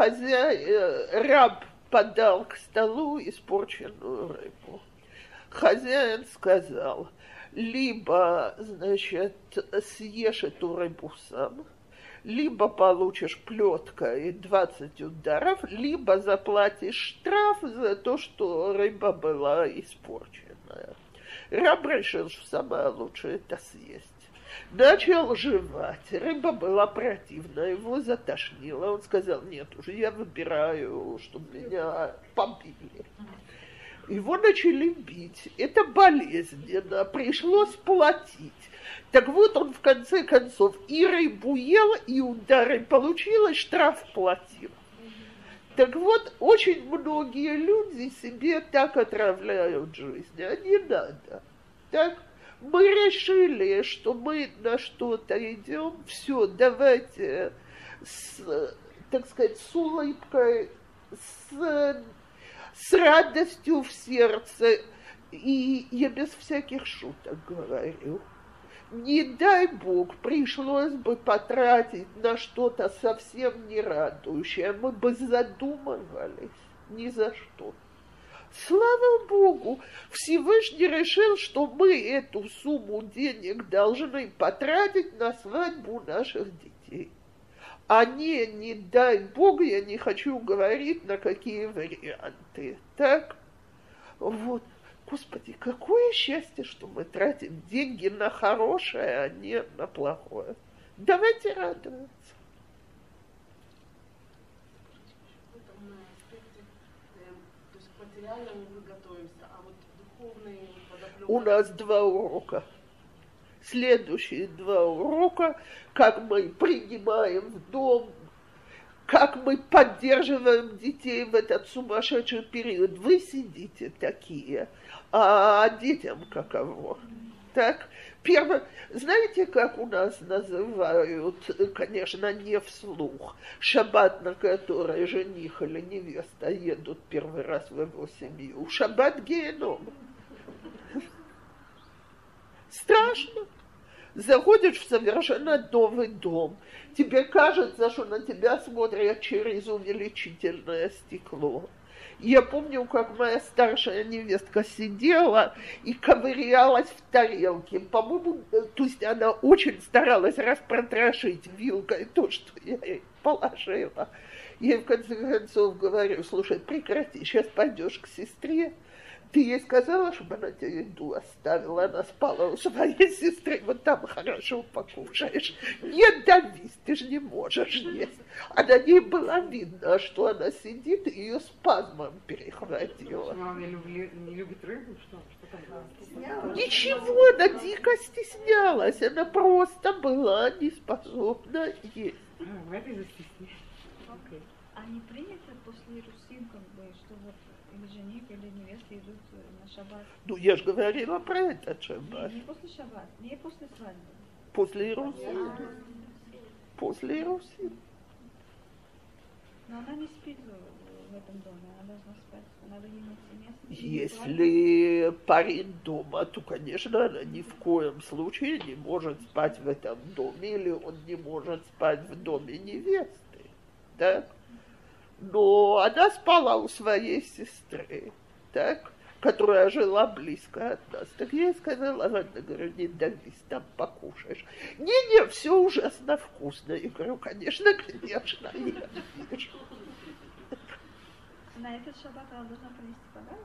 Раб подал к столу испорченную рыбу. Хозяин сказал, либо, значит, съешь эту рыбу сам, либо получишь плеткой 20 ударов, либо заплатишь штраф за то, что рыба была испорченная. Раб решил, что самое лучшее это съесть. Начал жевать, рыба была противная, его затошнило. Он сказал, нет, уже я выбираю, чтобы меня побили. Его начали бить, это болезненно, пришлось платить. Так вот он в конце концов и рыбу ел, и удары получил, и штраф платил. Так вот, очень многие люди себе так отравляют жизнь, а не надо. Так, мы решили, что мы на что-то идем, все, давайте, так сказать, с улыбкой, с радостью в сердце, и я без всяких шуток говорю. Не дай Бог, пришлось бы потратить на что-то совсем не радующее, мы бы задумывались ни за что. Слава Богу, Всевышний решил, что мы эту сумму денег должны потратить на свадьбу наших детей. А не дай Бог, я не хочу говорить, на какие варианты. Так? Вот. Господи, какое счастье, что мы тратим деньги на хорошее, а не на плохое. Давайте радоваться. В этом аспекте, то есть к материальному мы готовимся, а вот духовные подоплёки... У нас 2 урока. Следующие 2 урока, как мы принимаем в дом, как мы поддерживаем детей в этот сумасшедший период. Вы сидите такие, а детям каково? Так, первое, знаете, как у нас называют, конечно, не вслух, шаббат, на который жених или невеста едут первый раз в его семью? Шаббат геном. Страшно. Заходишь в совершенно новый дом. Тебе кажется, что на тебя смотрят через увеличительное стекло. Я помню, как моя старшая невестка сидела и ковырялась в тарелке. По-моему, то есть она очень старалась распротрошить вилкой то, что я ей положила. Я в конце концов говорю: слушай, прекрати, сейчас пойдешь к сестре. Ты ей сказала, чтобы она тебе еду оставила, она спала у своей сестры, вот там хорошо покушаешь. Не давись, ты же не можешь есть. А на ней было видно, что она сидит, и ее спазмом перехватила. Она не любит рыбу, что там? Ничего, она дико стеснялась, она просто была не способна есть. В этой застеснении. А не принято после русин, как бы, что вот или жених, или невеста идут на шаббат? Ну, я же говорила про этот шаббат. Не после шаббат, не после свадьбы. После Иерусалима. После Иерусалима. Но она не спит в этом доме, она должна спать, надо ей найти место. Если парень дома, то, конечно, она ни в коем случае не может спать в этом доме, или он не может спать в доме невесты, так? Но она спала у своей сестры, так, которая жила близко от нас. Так я ей сказала: ладно, говорю, не давись, там покушаешь. Не, все ужасно вкусно. Я говорю: конечно, я вижу. На этот шаббат она должна принести подарок?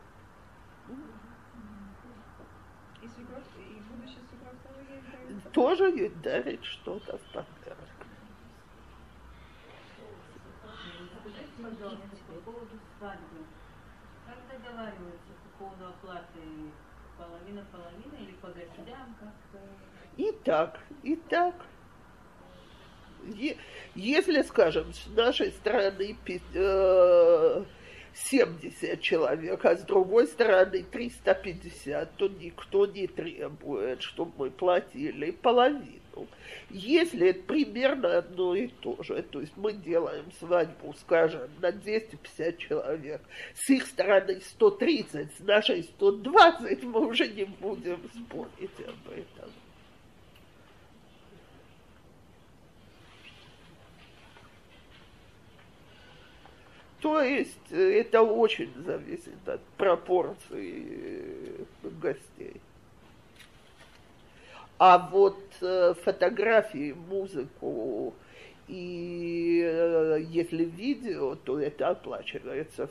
И свекровь, и будущая свекровь тоже ей дарит? Тоже ей дарит что-то в подарок. Пожалуйста, по поводу свадьбы. Как договариваются по поводу оплаты? Половина или по гостям как-то? И так. Если, скажем, с нашей стороны 70 человек, а с другой стороны 350, то никто не требует, чтобы мы платили половину. Если это примерно одно и то же, то есть мы делаем свадьбу, скажем, на 250 человек, с их стороны 130, с нашей 120, мы уже не будем спорить об этом. То есть это очень зависит от пропорций гостей. А вот фотографии, музыку и если видео, то это оплачивается 50-50.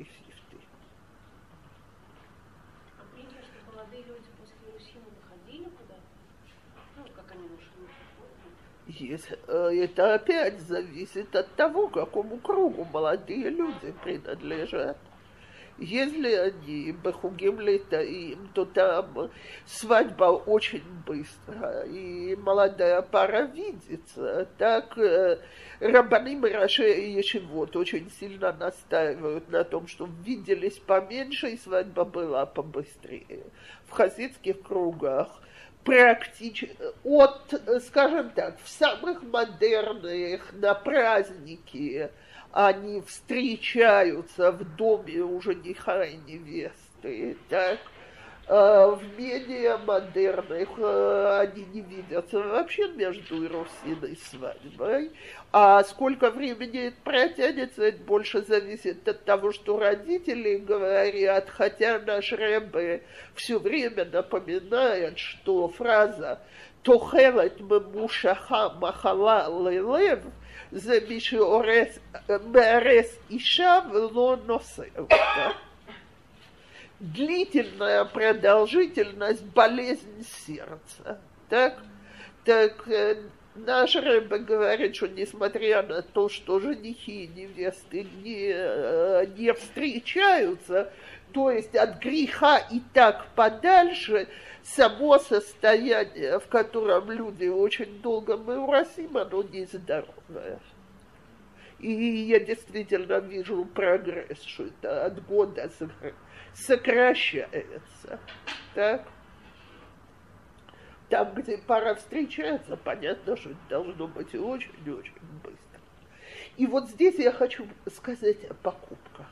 А принято, что молодые люди после Иерусалима выходили куда? Ну, как они нашли? Это опять зависит от того, какому кругу молодые люди принадлежат. Если они бехугим летаим, то там свадьба очень быстро, и молодая пара видится. Так рабаним и раши ешивот очень сильно настаивают на том, что виделись поменьше, и свадьба была побыстрее. В хасидских кругах практически, скажем так, в самых модерных, на праздники, они встречаются в доме у жениха и невесты, так? В менее модерных они не видятся вообще между Иерусалимом и свадьбой. А сколько времени это протянется, это больше зависит от того, что родители говорят, хотя наш Ребе все время напоминает, что фраза «Тохелет мемушаха махала лелев» זה מי שמארס אישה ולא נושא אותה. Длительная продолжительность болезнь сердца. Так наш Ребе говорит, что несмотря на то, что женихи и невесты не встречаются, то есть от греха и так подальше, само состояние, в котором люди очень долго меурасим, оно нездоровое. И я действительно вижу прогресс, что это от года сокращается. Так? Там, где пара встречается, понятно, что это должно быть очень-очень быстро. И вот здесь я хочу сказать о покупках.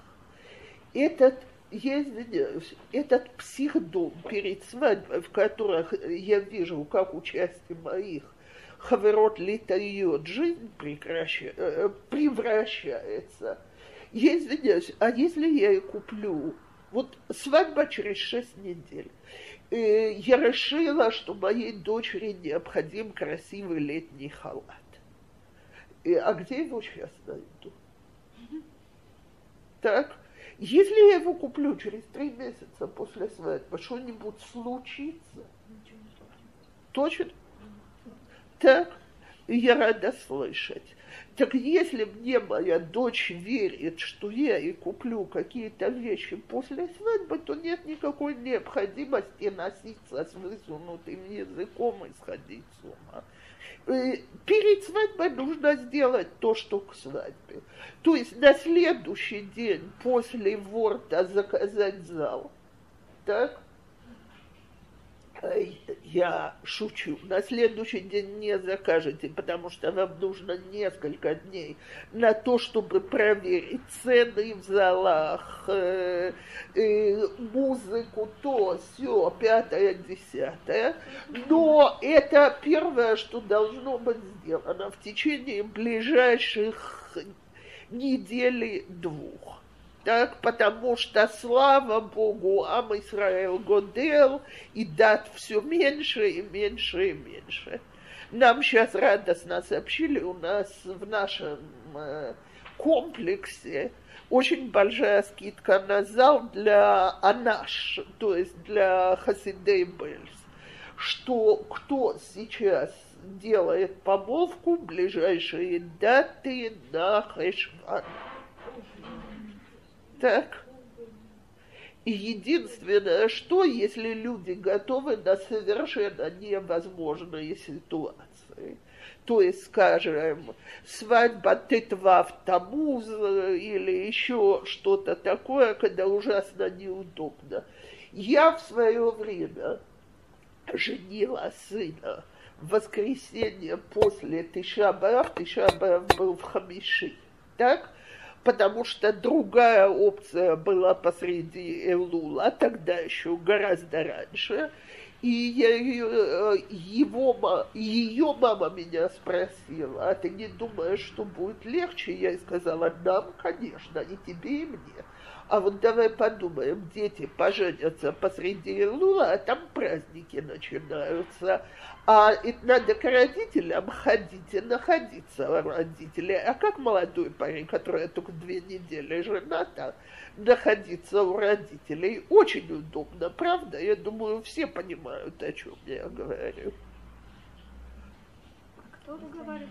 Я извиняюсь, этот психдом перед свадьбой, в которых я вижу, как участие моих хаверот летает, жизнь превращается. Я извиняюсь, а если я и куплю, вот свадьба через 6 недель, я решила, что моей дочери необходим красивый летний халат. А где его сейчас найду? Так, если я его куплю через 3 месяца после свадьбы, что-нибудь случится? Точно? Так, я рада слышать. Так если мне моя дочь верит, что я ей куплю какие-то вещи после свадьбы, то нет никакой необходимости носиться с высунутым языком и сходить с ума. Перед свадьбой нужно сделать то, что к свадьбе. То есть на следующий день после ворта заказать зал. Так? Я шучу. На следующий день не закажете, потому что вам нужно несколько дней на то, чтобы проверить цены в залах, музыку, то, сё, 5-е, 10-е. Но это первое, что должно быть сделано в течение ближайших недели-двух. Так, потому что, слава Богу, Ам Исраэль годел, и дат все меньше и меньше и меньше. Нам сейчас радостно сообщили, у нас в нашем комплексе очень большая скидка на зал для Анаш, то есть для Хасидей Бельс, что кто сейчас делает помолвку, ближайшие даты на Хешван. Так. И единственное, что если люди готовы на совершенно невозможные ситуации, то есть, скажем, свадьба Тетвав Тамуз или еще что-то такое, когда ужасно неудобно. Я в свое время женила сына в воскресенье после Тиша Б'Ав был в Хамиши, так? Потому что другая опция была посреди Элула, тогда еще гораздо раньше. И ее мама меня спросила: а ты не думаешь, что будет легче? Я ей сказала: нам, конечно, и тебе, и мне. А вот давай подумаем, дети поженятся посреди Элула, а там праздники начинаются. А это надо к родителям ходить и находиться у родителей. А как молодой парень, который только 2 недели женат, находиться у родителей? Очень удобно, правда? Я думаю, все понимают, о чем я говорю. А кто договаривается?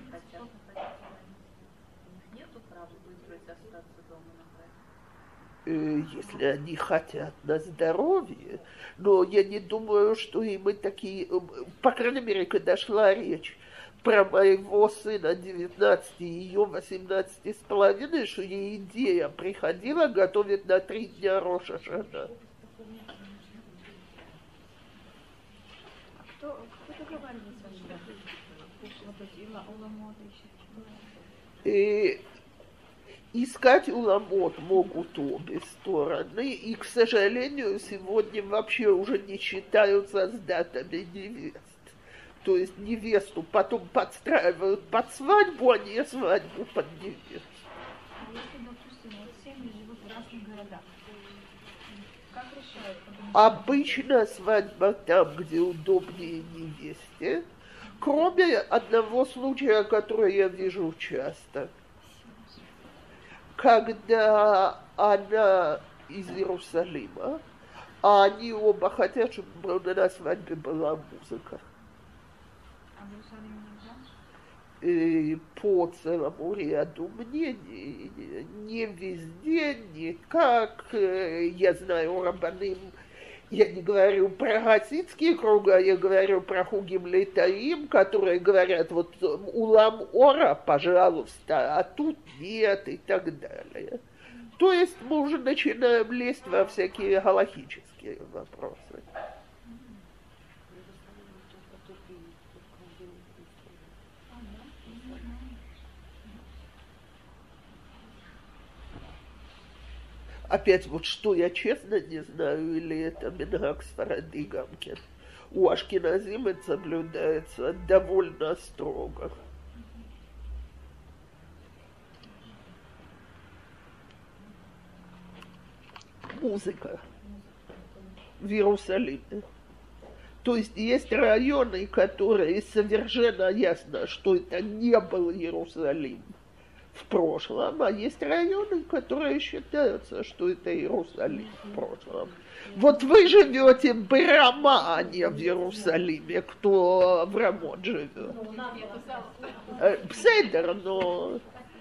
У них нету права выбрать остаться дома на праздник? Если они хотят на здоровье, но я не думаю, что и мы такие, по крайней мере, когда шла речь про моего сына 19 и ее 18,5, что ей идея приходила готовить на 3 дня Рош ха-Шана. Кто договаривается? Искать уламот могут обе стороны, и, к сожалению, сегодня вообще уже не считаются с датами невест. То есть невесту потом подстраивают под свадьбу, а не свадьбу под невесту. А если, допустим, вот семьи живут в разных городах, как решают? Обычно свадьба там, где удобнее невесте, кроме одного случая, который я вижу часто. Когда она из Иерусалима, а они оба хотят, чтобы на свадьбе была музыка. А в Иерусалиме нельзя? По целому ряду мнений, не везде, не как, я знаю, рабаным, я не говорю про хасидские круги, я говорю про хугим летаим, которые говорят, вот улам ора, пожалуйста, а тут нет и так далее. То есть мы уже начинаем лезть во всякие галахические вопросы. Опять вот что я честно не знаю, или это минхаг сфаради гамкин. У ашкеназим это соблюдается довольно строго. музыка в Иерусалиме. То есть есть районы, которые совершенно ясно, что это не был Иерусалим в прошлом, а есть районы, которые считаются, что это Иерусалим в прошлом. Вот вы живете в Рама, а не в Иерусалиме, кто в Рамот живет. Пседер, но...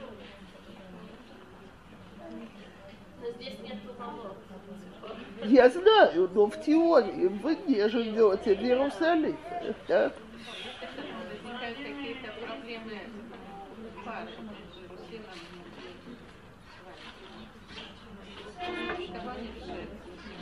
Здесь нет уголов. Я знаю, но в теории вы не живете в Иерусалиме, так? Возникают какие-то проблемы пары между русином и кого они решают?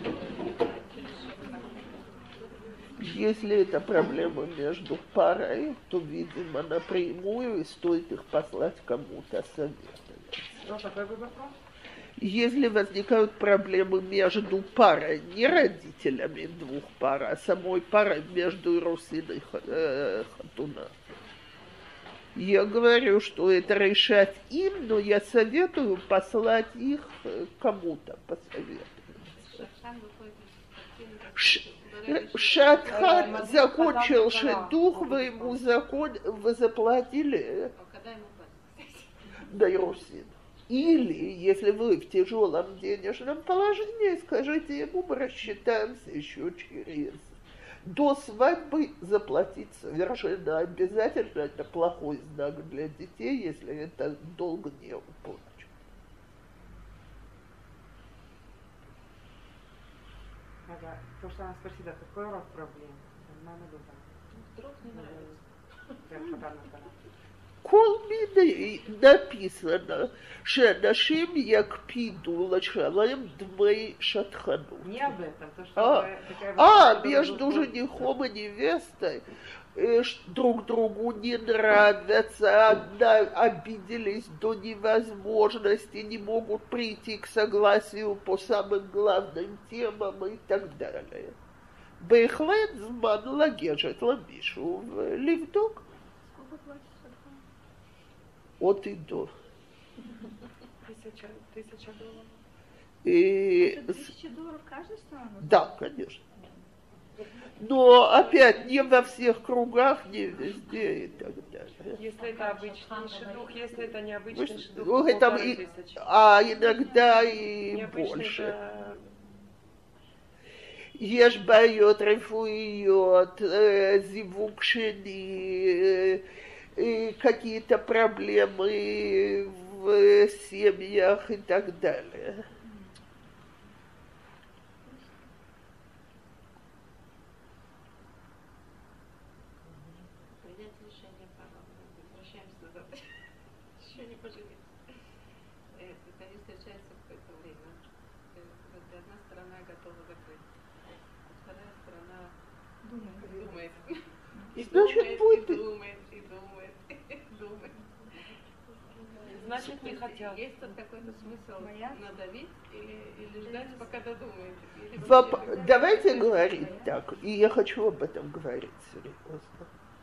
Если это проблема между парой, то, видимо, напрямую и стоит их послать кому-то советовать. Ну, какой был вопрос? Если возникают проблемы между парой, не родителями двух пар, а самой парой между Русин и Хатуна, я говорю, что это решать им, но я советую послать их кому-то посоветовать. Шатхан закончил шедух, вы ему вы заплатили на Русин. Или, если вы в тяжелом денежном положении, скажите ему, мы рассчитаемся еще через. До свадьбы заплатить совершенно обязательно. Это плохой знак для детей, если это долго не уплачен. Ага. То, что она спросила, какой род проблем? Вдруг не нравится. כל מיני написано, שאנשים יקפידו לשלם דמי шатхану. Не об этом. То, что между женихом и невестой друг другу не нравятся, обиделись до невозможности, не могут прийти к согласию по самым главным темам и так далее. בהחלט זמן לגשת למישהו ולבדוק. От и до. 1000 долларов. $1000 каждая страна? Да, конечно. Но опять не во всех кругах, не везде и так далее. Если это обычный шедух, если это необычный шедух, Ну, это иногда и необычный больше. это... יש בעיות רפואיות, זיווג שני, какие-то проблемы в семьях и так далее. Принять решение пора. Возвращаемся назад. Еще не пожалели. Они встречаются в какое-то время. Одна сторона готова закрыть, а вторая сторона думает. И значит, думает. Значит, не хотят. Есть тут какой-то смысл надавить или ждать, пока додумает? Давайте говорить так, и я хочу об этом говорить серьезно.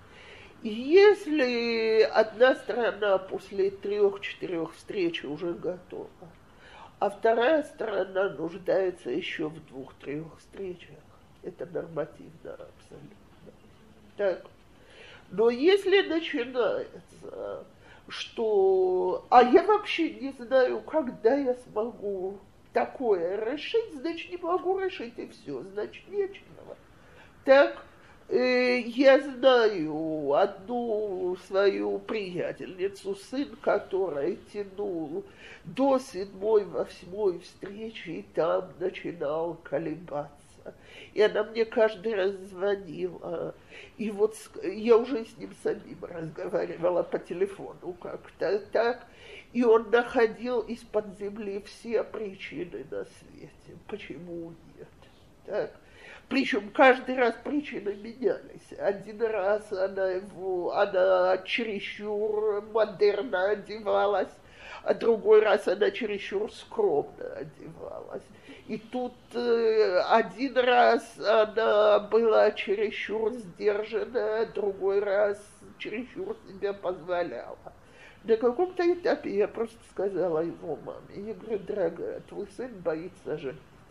Если одна сторона после 3-4 встреч уже готова, а вторая сторона нуждается еще в 2-3 встречах, это нормативно абсолютно. Так. Но если начинается, что... А я вообще не знаю, когда я смогу такое решить, значит, не могу решить, и все, значит, нечего. Так, я знаю одну свою приятельницу, сын которой тянул до 7-8 встречи, и там начинал колебаться. И она мне каждый раз звонила. И вот я уже с ним самим разговаривала по телефону как-то так. И он находил из-под земли все причины на свете. Почему нет? Так. Причем каждый раз причины менялись. Один раз она чересчур модерно одевалась, а другой раз она чересчур скромно одевалась. И тут один раз она была чересчур сдержана, другой раз чересчур себя позволяла. На каком-то этапе я просто сказала его маме, я говорю, дорогая, твой сын боится жениться.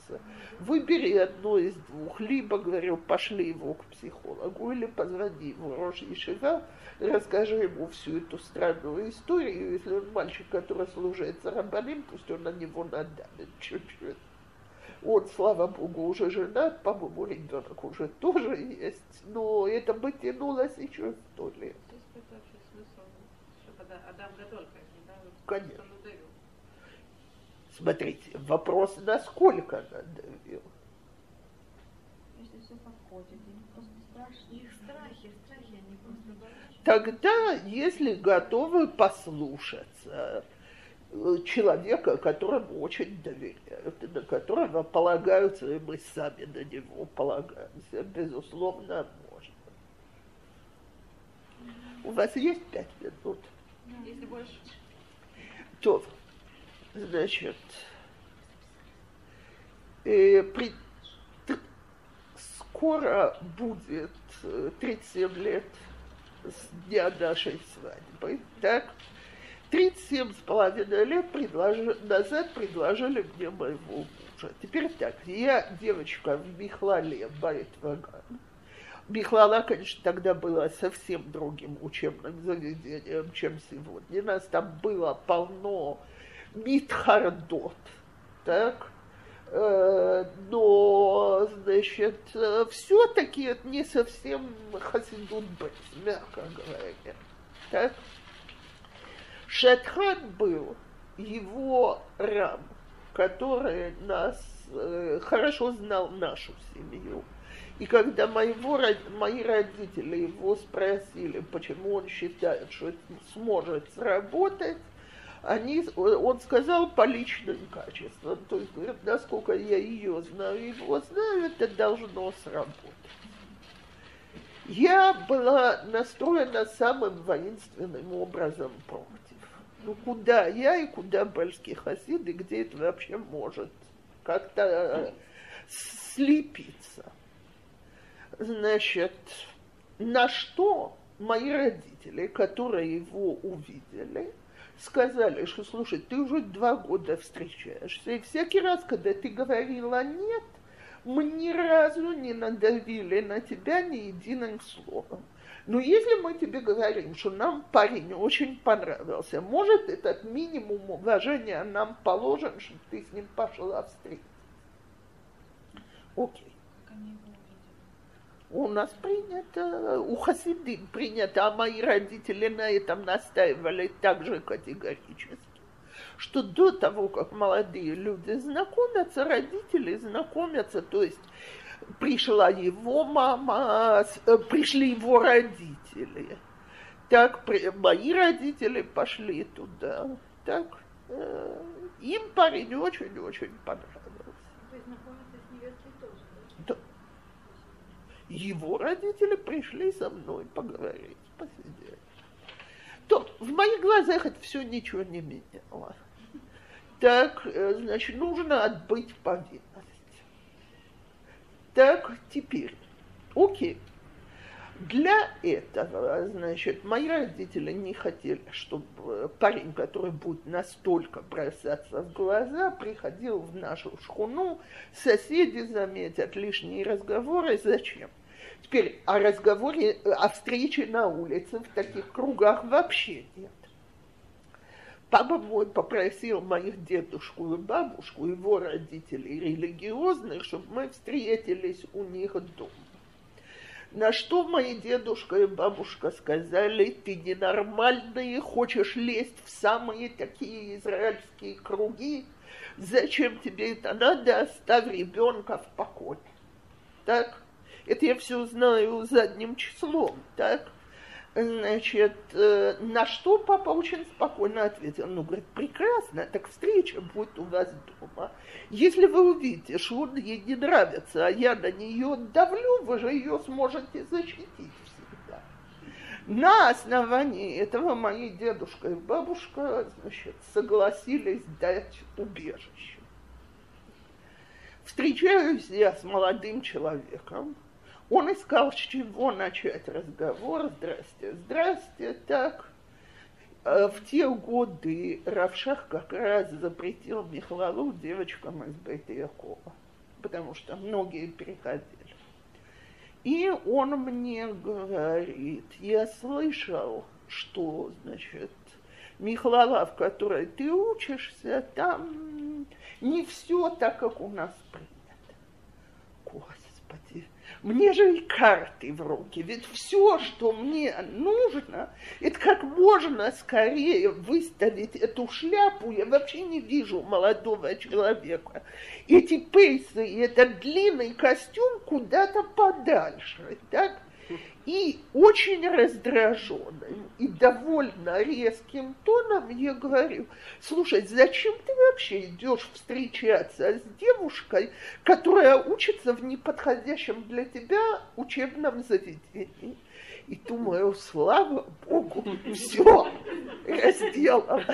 слушаться. Выбери одно из двух. Либо, говорю, пошли его к психологу, или позвони его рош ешива, расскажи ему всю эту странную историю. Если он мальчик, который служит рабаним, пусть он на него надавит чуть-чуть. Он, слава богу, уже женат, по-моему, ребенок уже тоже есть, но это бы тянулось еще 100 лет. Это вообще смысл, чтобы Адам Гадоль, да? Конечно. Смотрите, вопрос, насколько надавил. Если все подходит, они просто страшные. Их страхи, они просто боятся. Тогда, если готовы послушаться человека, которому очень доверяют, и на которого полагаются, и мы сами на него полагаемся, безусловно, можно. У вас есть 5 минут? Если больше. То, значит, скоро будет 37 лет с дня нашей свадьбы, так? 37,5 лет назад предложили мне моего мужа. Теперь так, я девочка в Михлале, Байт-Ваган. Михлала, конечно, тогда была совсем другим учебным заведением, чем сегодня. У нас там было полно митхардот, так? Но, значит, все-таки это не совсем хасидут бейс, мягко говоря, так? Шатхан был его рам, который хорошо знал нашу семью. И когда мои родители его спросили, почему он считает, что сможет сработать, он сказал по личным качествам. То есть, говорит, насколько я ее знаю, его знаю, это должно сработать. Я была настроена самым воинственным образом против. Ну, куда я и куда бальские хасиды, где это вообще может как-то слепиться? Значит, на что мои родители, которые его увидели, сказали, что, слушай, ты уже 2 года встречаешься, и всякий раз, когда ты говорила «нет», мы ни разу не надавили на тебя ни единым словом. Но если мы тебе говорим, что нам парень очень понравился, может, этот минимум уважения нам положен, чтобы ты с ним пошла встретиться? Окей. У нас принято, у хасидим принято, а мои родители на этом настаивали так же категорически, что до того, как молодые люди знакомятся, родители знакомятся, то есть пришла его мама, пришли его родители. Так, мои родители пошли туда. Так, им парень очень-очень понравился. То есть знакомиться с невестой тоже, да? Да. Его родители пришли со мной поговорить, посидеть. То в моих глазах это все ничего не меняло. Так, значит, нужно отбыть повинность. Так, теперь, окей. Для этого, значит, мои родители не хотели, чтобы парень, который будет настолько бросаться в глаза, приходил в нашу шхуну, соседи заметят лишние разговоры, зачем? Теперь о разговоре, о встрече на улице в таких кругах вообще нет. Папа мой попросил моих дедушку и бабушку, его родителей религиозных, чтобы мы встретились у них дома. На что мои дедушка и бабушка сказали: ты ненормальный, хочешь лезть в самые такие израильские круги? Зачем тебе это надо? Оставь ребенка в покое. Так? Это я все знаю задним числом, так? Значит, на что папа очень спокойно ответил. Ну, говорит, прекрасно, так встреча будет у вас дома. Если вы увидите, что он ей не нравится, а я на нее давлю, вы же ее сможете защитить всегда. На основании этого мои дедушка и бабушка, значит, согласились дать убежище. Встречаюсь я с молодым человеком. Он искал, с чего начать разговор. Здрасте, здрасте, так. В те годы Рав Шах как раз запретил Михлалу девочкам из Бейт Якова. потому что многие переходили. И он мне говорит, я слышал, что, значит, Михлала, в которой ты учишься, там не все так, как у нас принято. Господи, мне же и карты в руки, ведь все, что мне нужно, это как можно скорее выставить эту шляпу. Я вообще не вижу молодого человека. Эти пейсы и этот длинный костюм куда-то подальше, так? И очень раздраженным и довольно резким тоном я говорю, слушай, зачем ты вообще идешь встречаться с девушкой, которая учится в неподходящем для тебя учебном заведении? И думаю, слава Богу, все, разделалось.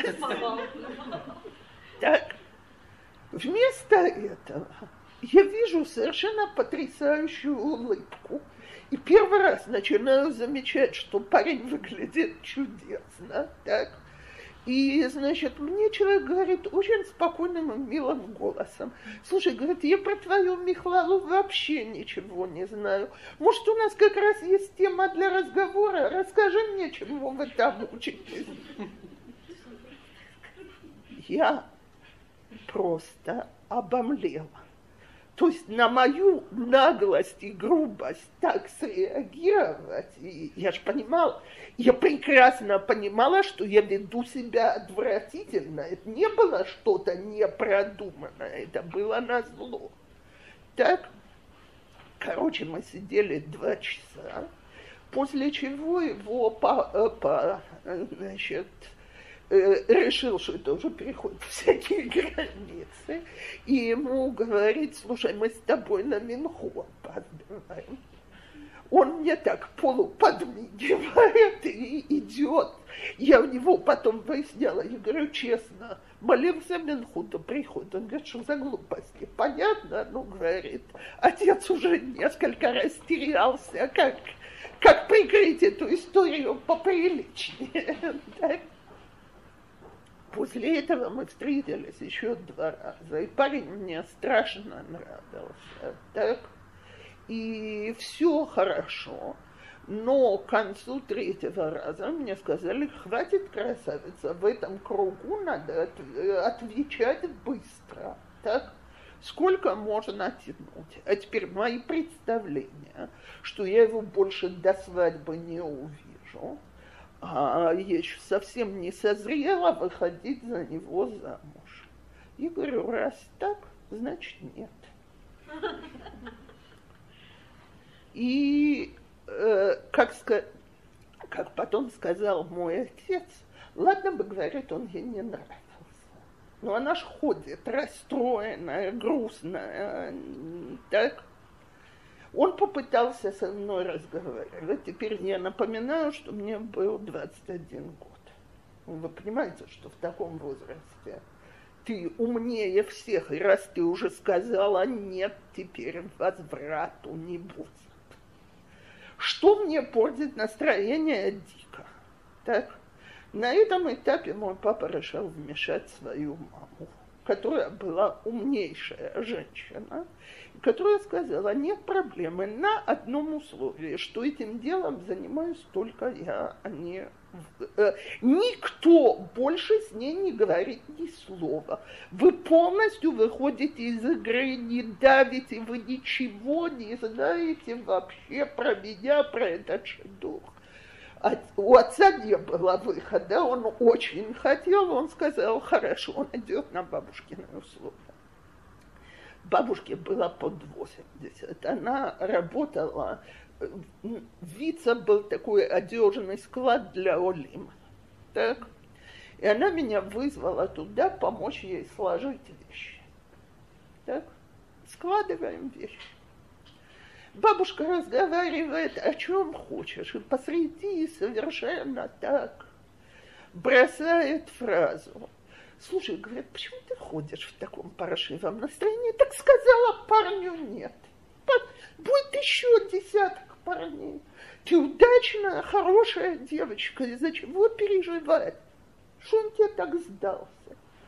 Так, вместо этого я вижу совершенно потрясающую улыбку. И первый раз начинаю замечать, что парень выглядит чудесно, так? И, значит, мне человек говорит очень спокойным и милым голосом. Слушай, говорит, я про твою Михлалу вообще ничего не знаю. Может, у нас как раз есть тема для разговора? Расскажи мне, чему вы там учитесь. Я просто обомлела. То есть на мою наглость и грубость так среагировать, и я же понимала, я прекрасно понимала, что я веду себя отвратительно. Это не было что-то непродуманное, это было назло. Так, короче, мы сидели 2 часа, после чего его значит, решил, что это уже переходит всякие границы, и ему говорит, слушай, мы с тобой на Минху опаздываем. Он мне так полуподмигивает и идет. Я у него потом выясняла, я говорю, честно, молился Минху до прихода. Он говорит, что за глупости? Понятно? Ну, говорит, отец уже несколько раз терялся, как прикрыть эту историю поприличнее. После этого мы встретились еще 2 раза, и парень мне страшно нравился, так? И все хорошо, но к концу 3-го раза мне сказали, хватит, красавица, в этом кругу надо отвечать быстро, так? Сколько можно тянуть? А теперь мои представления, что я его больше до свадьбы не увижу, а я еще совсем не созрела выходить за него замуж. И говорю, раз так, значит нет. И как потом сказал мой отец, ладно бы, говорит, он ей не нравился. Но она ж ходит расстроенная, грустная, так. Он попытался со мной разговаривать. Теперь я напоминаю, что мне был 21 год. Вы понимаете, что в таком возрасте ты умнее всех, и раз ты уже сказала нет, теперь возврату не будет. Что мне портит настроение дико? Так? На этом этапе мой папа решил вмешать свою маму, которая была умнейшая женщина, которая сказала, нет проблемы, на одном условии, что этим делом занимаюсь только я, а не... Никто больше с ней не говорит ни слова. Вы полностью выходите из игры, не давите, вы ничего не знаете вообще про меня, про этот шедух. У отца не было выхода, он очень хотел, он сказал, хорошо, он идет на бабушкины условия. Бабушке было под 80, она работала, Вица был такой одежный склад для Олим, так? И она меня вызвала туда помочь ей сложить вещи, так? Складываем вещи. Бабушка разговаривает, о чем хочешь, и посреди совершенно так бросает фразу. Слушай, говорят, почему ты ходишь в таком паршивом настроении? Так сказала, парню нет. Будет еще 10 парней. Ты удачная, хорошая девочка, из-за чего переживать? Что он тебе так сдался?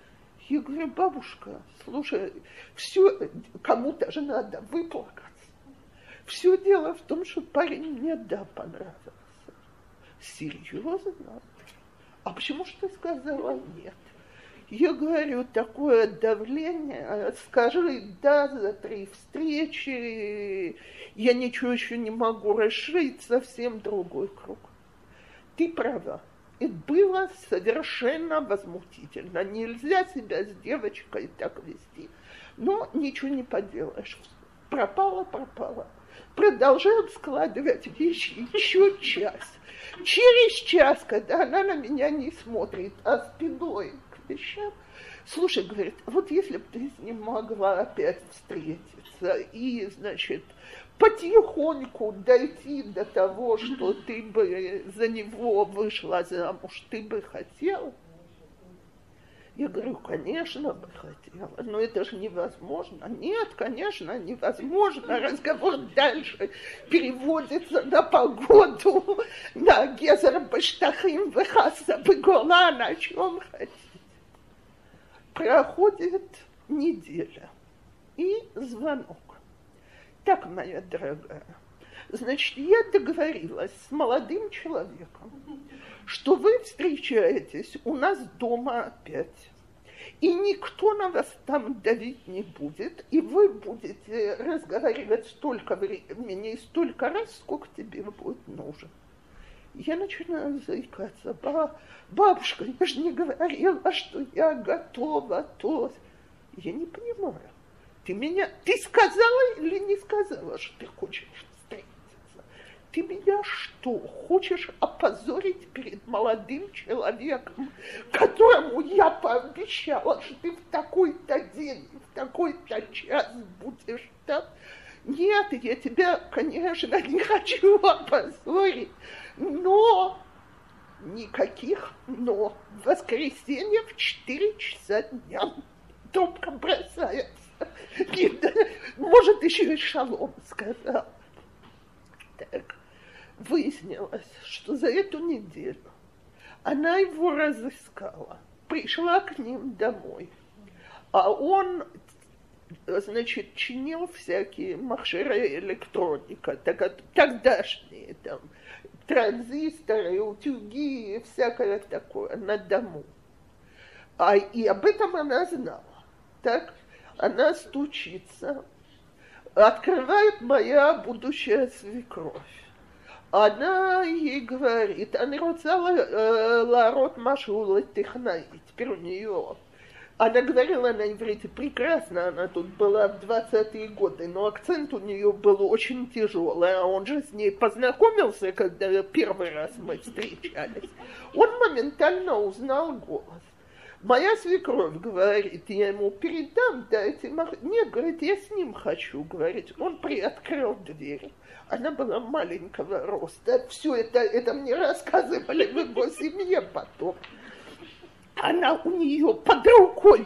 Я говорю, бабушка, слушай, все, кому-то же надо выплакаться. Все дело в том, что парень мне, да, понравился. Серьезно? А почему же ты сказала нет? Я говорю, такое давление, скажи да за 3 встречи, я ничего еще не могу расширить, совсем другой круг. Ты права. Это было совершенно возмутительно. Нельзя себя с девочкой так вести. Но ничего не поделаешь. Пропало. Продолжаем складывать вещи еще час. Через час, когда она на меня не смотрит, а спиной к вещам, слушай, говорит, вот если бы ты с ним могла опять встретиться и, значит, потихоньку дойти до того, что ты бы за него вышла замуж, ты бы хотела? Я говорю, конечно бы хотела, но это же невозможно. Нет, конечно, невозможно. Разговор дальше переводится на погоду, на Гезер Баштахим Вехаса Беголан, о чем хотите. Проходит неделя и звонок. Так, моя дорогая, значит, я договорилась с молодым человеком, что вы встречаетесь у нас дома опять, и никто на вас там давить не будет, и вы будете разговаривать столько времени и столько раз, сколько тебе будет нужно. Я начинаю заикаться. Бабушка, я же не говорила, что я готова, то. Я не понимаю. Ты сказала или не сказала, что ты хочешь встретиться? Ты меня что, хочешь опозорить перед молодым человеком, которому я пообещала, что ты в такой-то день, в такой-то час будешь там? Нет, я тебя, конечно, не хочу опозорить, но никаких но. В воскресенье в 4 часа дня трубка бросается. Может, еще и шалом сказал. Так, выяснилось, что за эту неделю она его разыскала, пришла к ним домой, а он, значит, чинил всякие махшеры электроника, тогдашние там транзисторы, утюги, всякое такое на дому. И об этом она знала. Так, она стучится, открывает моя будущая свекровь. Она ей говорит, אני רוצה להראות משהו לטכנאי. Теперь у нее, она говорила на иврите прекрасно, она тут была в 20-е годы, но акцент у нее был очень тяжелый, а он же с ней познакомился, когда первый раз мы встречались. Он моментально узнал голос. Моя свекровь говорит, я ему передам, дайте Нет, говорит, я с ним хочу, говорит. Он приоткрыл дверь. Она была маленького роста. Все это мне рассказывали в его семье потом. Она у нее под рукой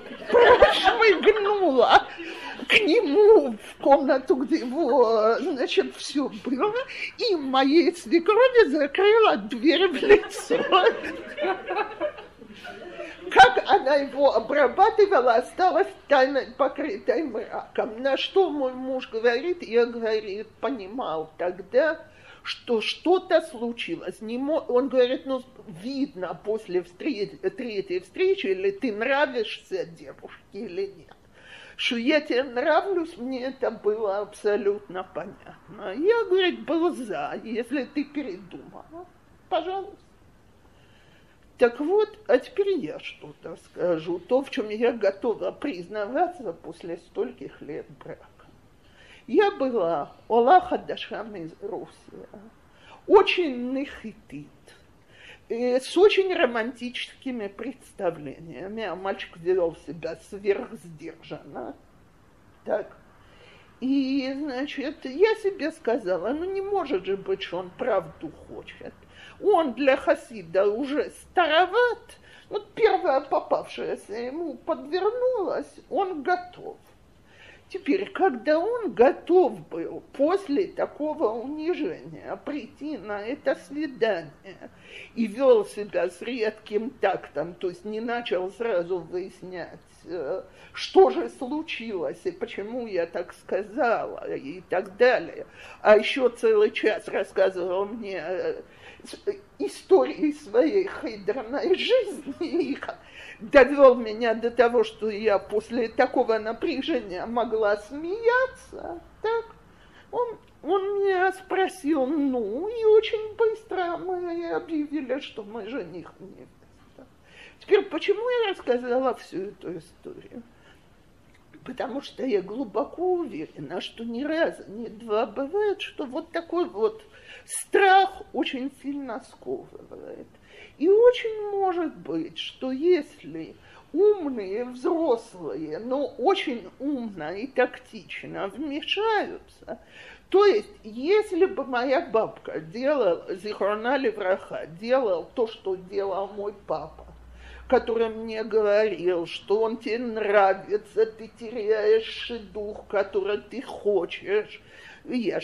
прошмыгнула к нему в комнату, где его, значит, все было, и моей свекрови закрыла дверь в лицо. Как она его обрабатывала, осталась тайной, покрытой мраком. На что мой муж говорит, я, говорит, понимал тогда, что что-то случилось. Он говорит, ну, видно после третьей встречи, или ты нравишься девушке, или нет. Что я тебе нравлюсь, мне это было абсолютно понятно. Я, говорит, был за, если ты передумала, пожалуйста. Так вот, а теперь я что-то скажу, то, в чем я готова признаваться после стольких лет брака. Я была Ола Хадашам из Руси, очень нехитит, с очень романтическими представлениями, а мальчик вел себя сверхсдержанно. Так. И, значит, я себе сказала, ну не может же быть, что он правду хочет. Он для хасида уже староват, вот первая попавшаяся ему подвернулась, он готов. Теперь, когда он готов был после такого унижения прийти на это свидание и вел себя с редким тактом, то есть не начал сразу выяснять что же случилось и почему я так сказала и так далее. А еще целый час рассказывал мне истории своей хейдерной жизни и довел меня до того, что я после такого напряжения могла смеяться. Так? Он меня спросил, и очень быстро мы объявили, что мы жених и невеста. Теперь, почему я рассказала всю эту историю? Потому что я глубоко уверена, что ни разу, ни два бывает, что вот такой вот страх очень сильно сковывает. И очень может быть, что если умные взрослые, но очень умно и тактично вмешаются, то есть, если бы моя бабка делала, зихрона левраха, делал то, что делал мой папа, который мне говорил, что он тебе нравится, ты теряешь шидух, который ты хочешь. Мне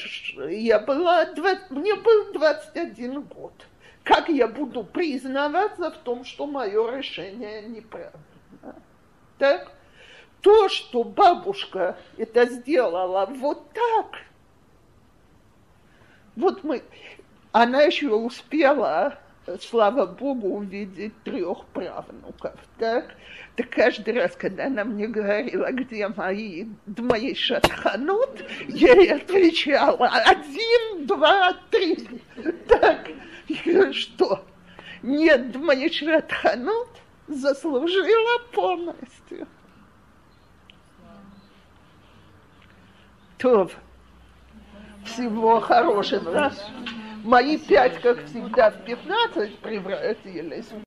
был 21 год. Как я буду признаваться в том, что мое решение неправильно? Так? То, что бабушка это сделала вот так, она еще успела, слава Богу, увидеть 3 правнуков, так? Так каждый раз, когда она мне говорила, где мои шатханут, я ей отвечала 1, 2, 3. Так, что? Нет, мои шатханут заслужила полностью. То. Всего хорошего. Мои 5, как всегда, в 15 превратились.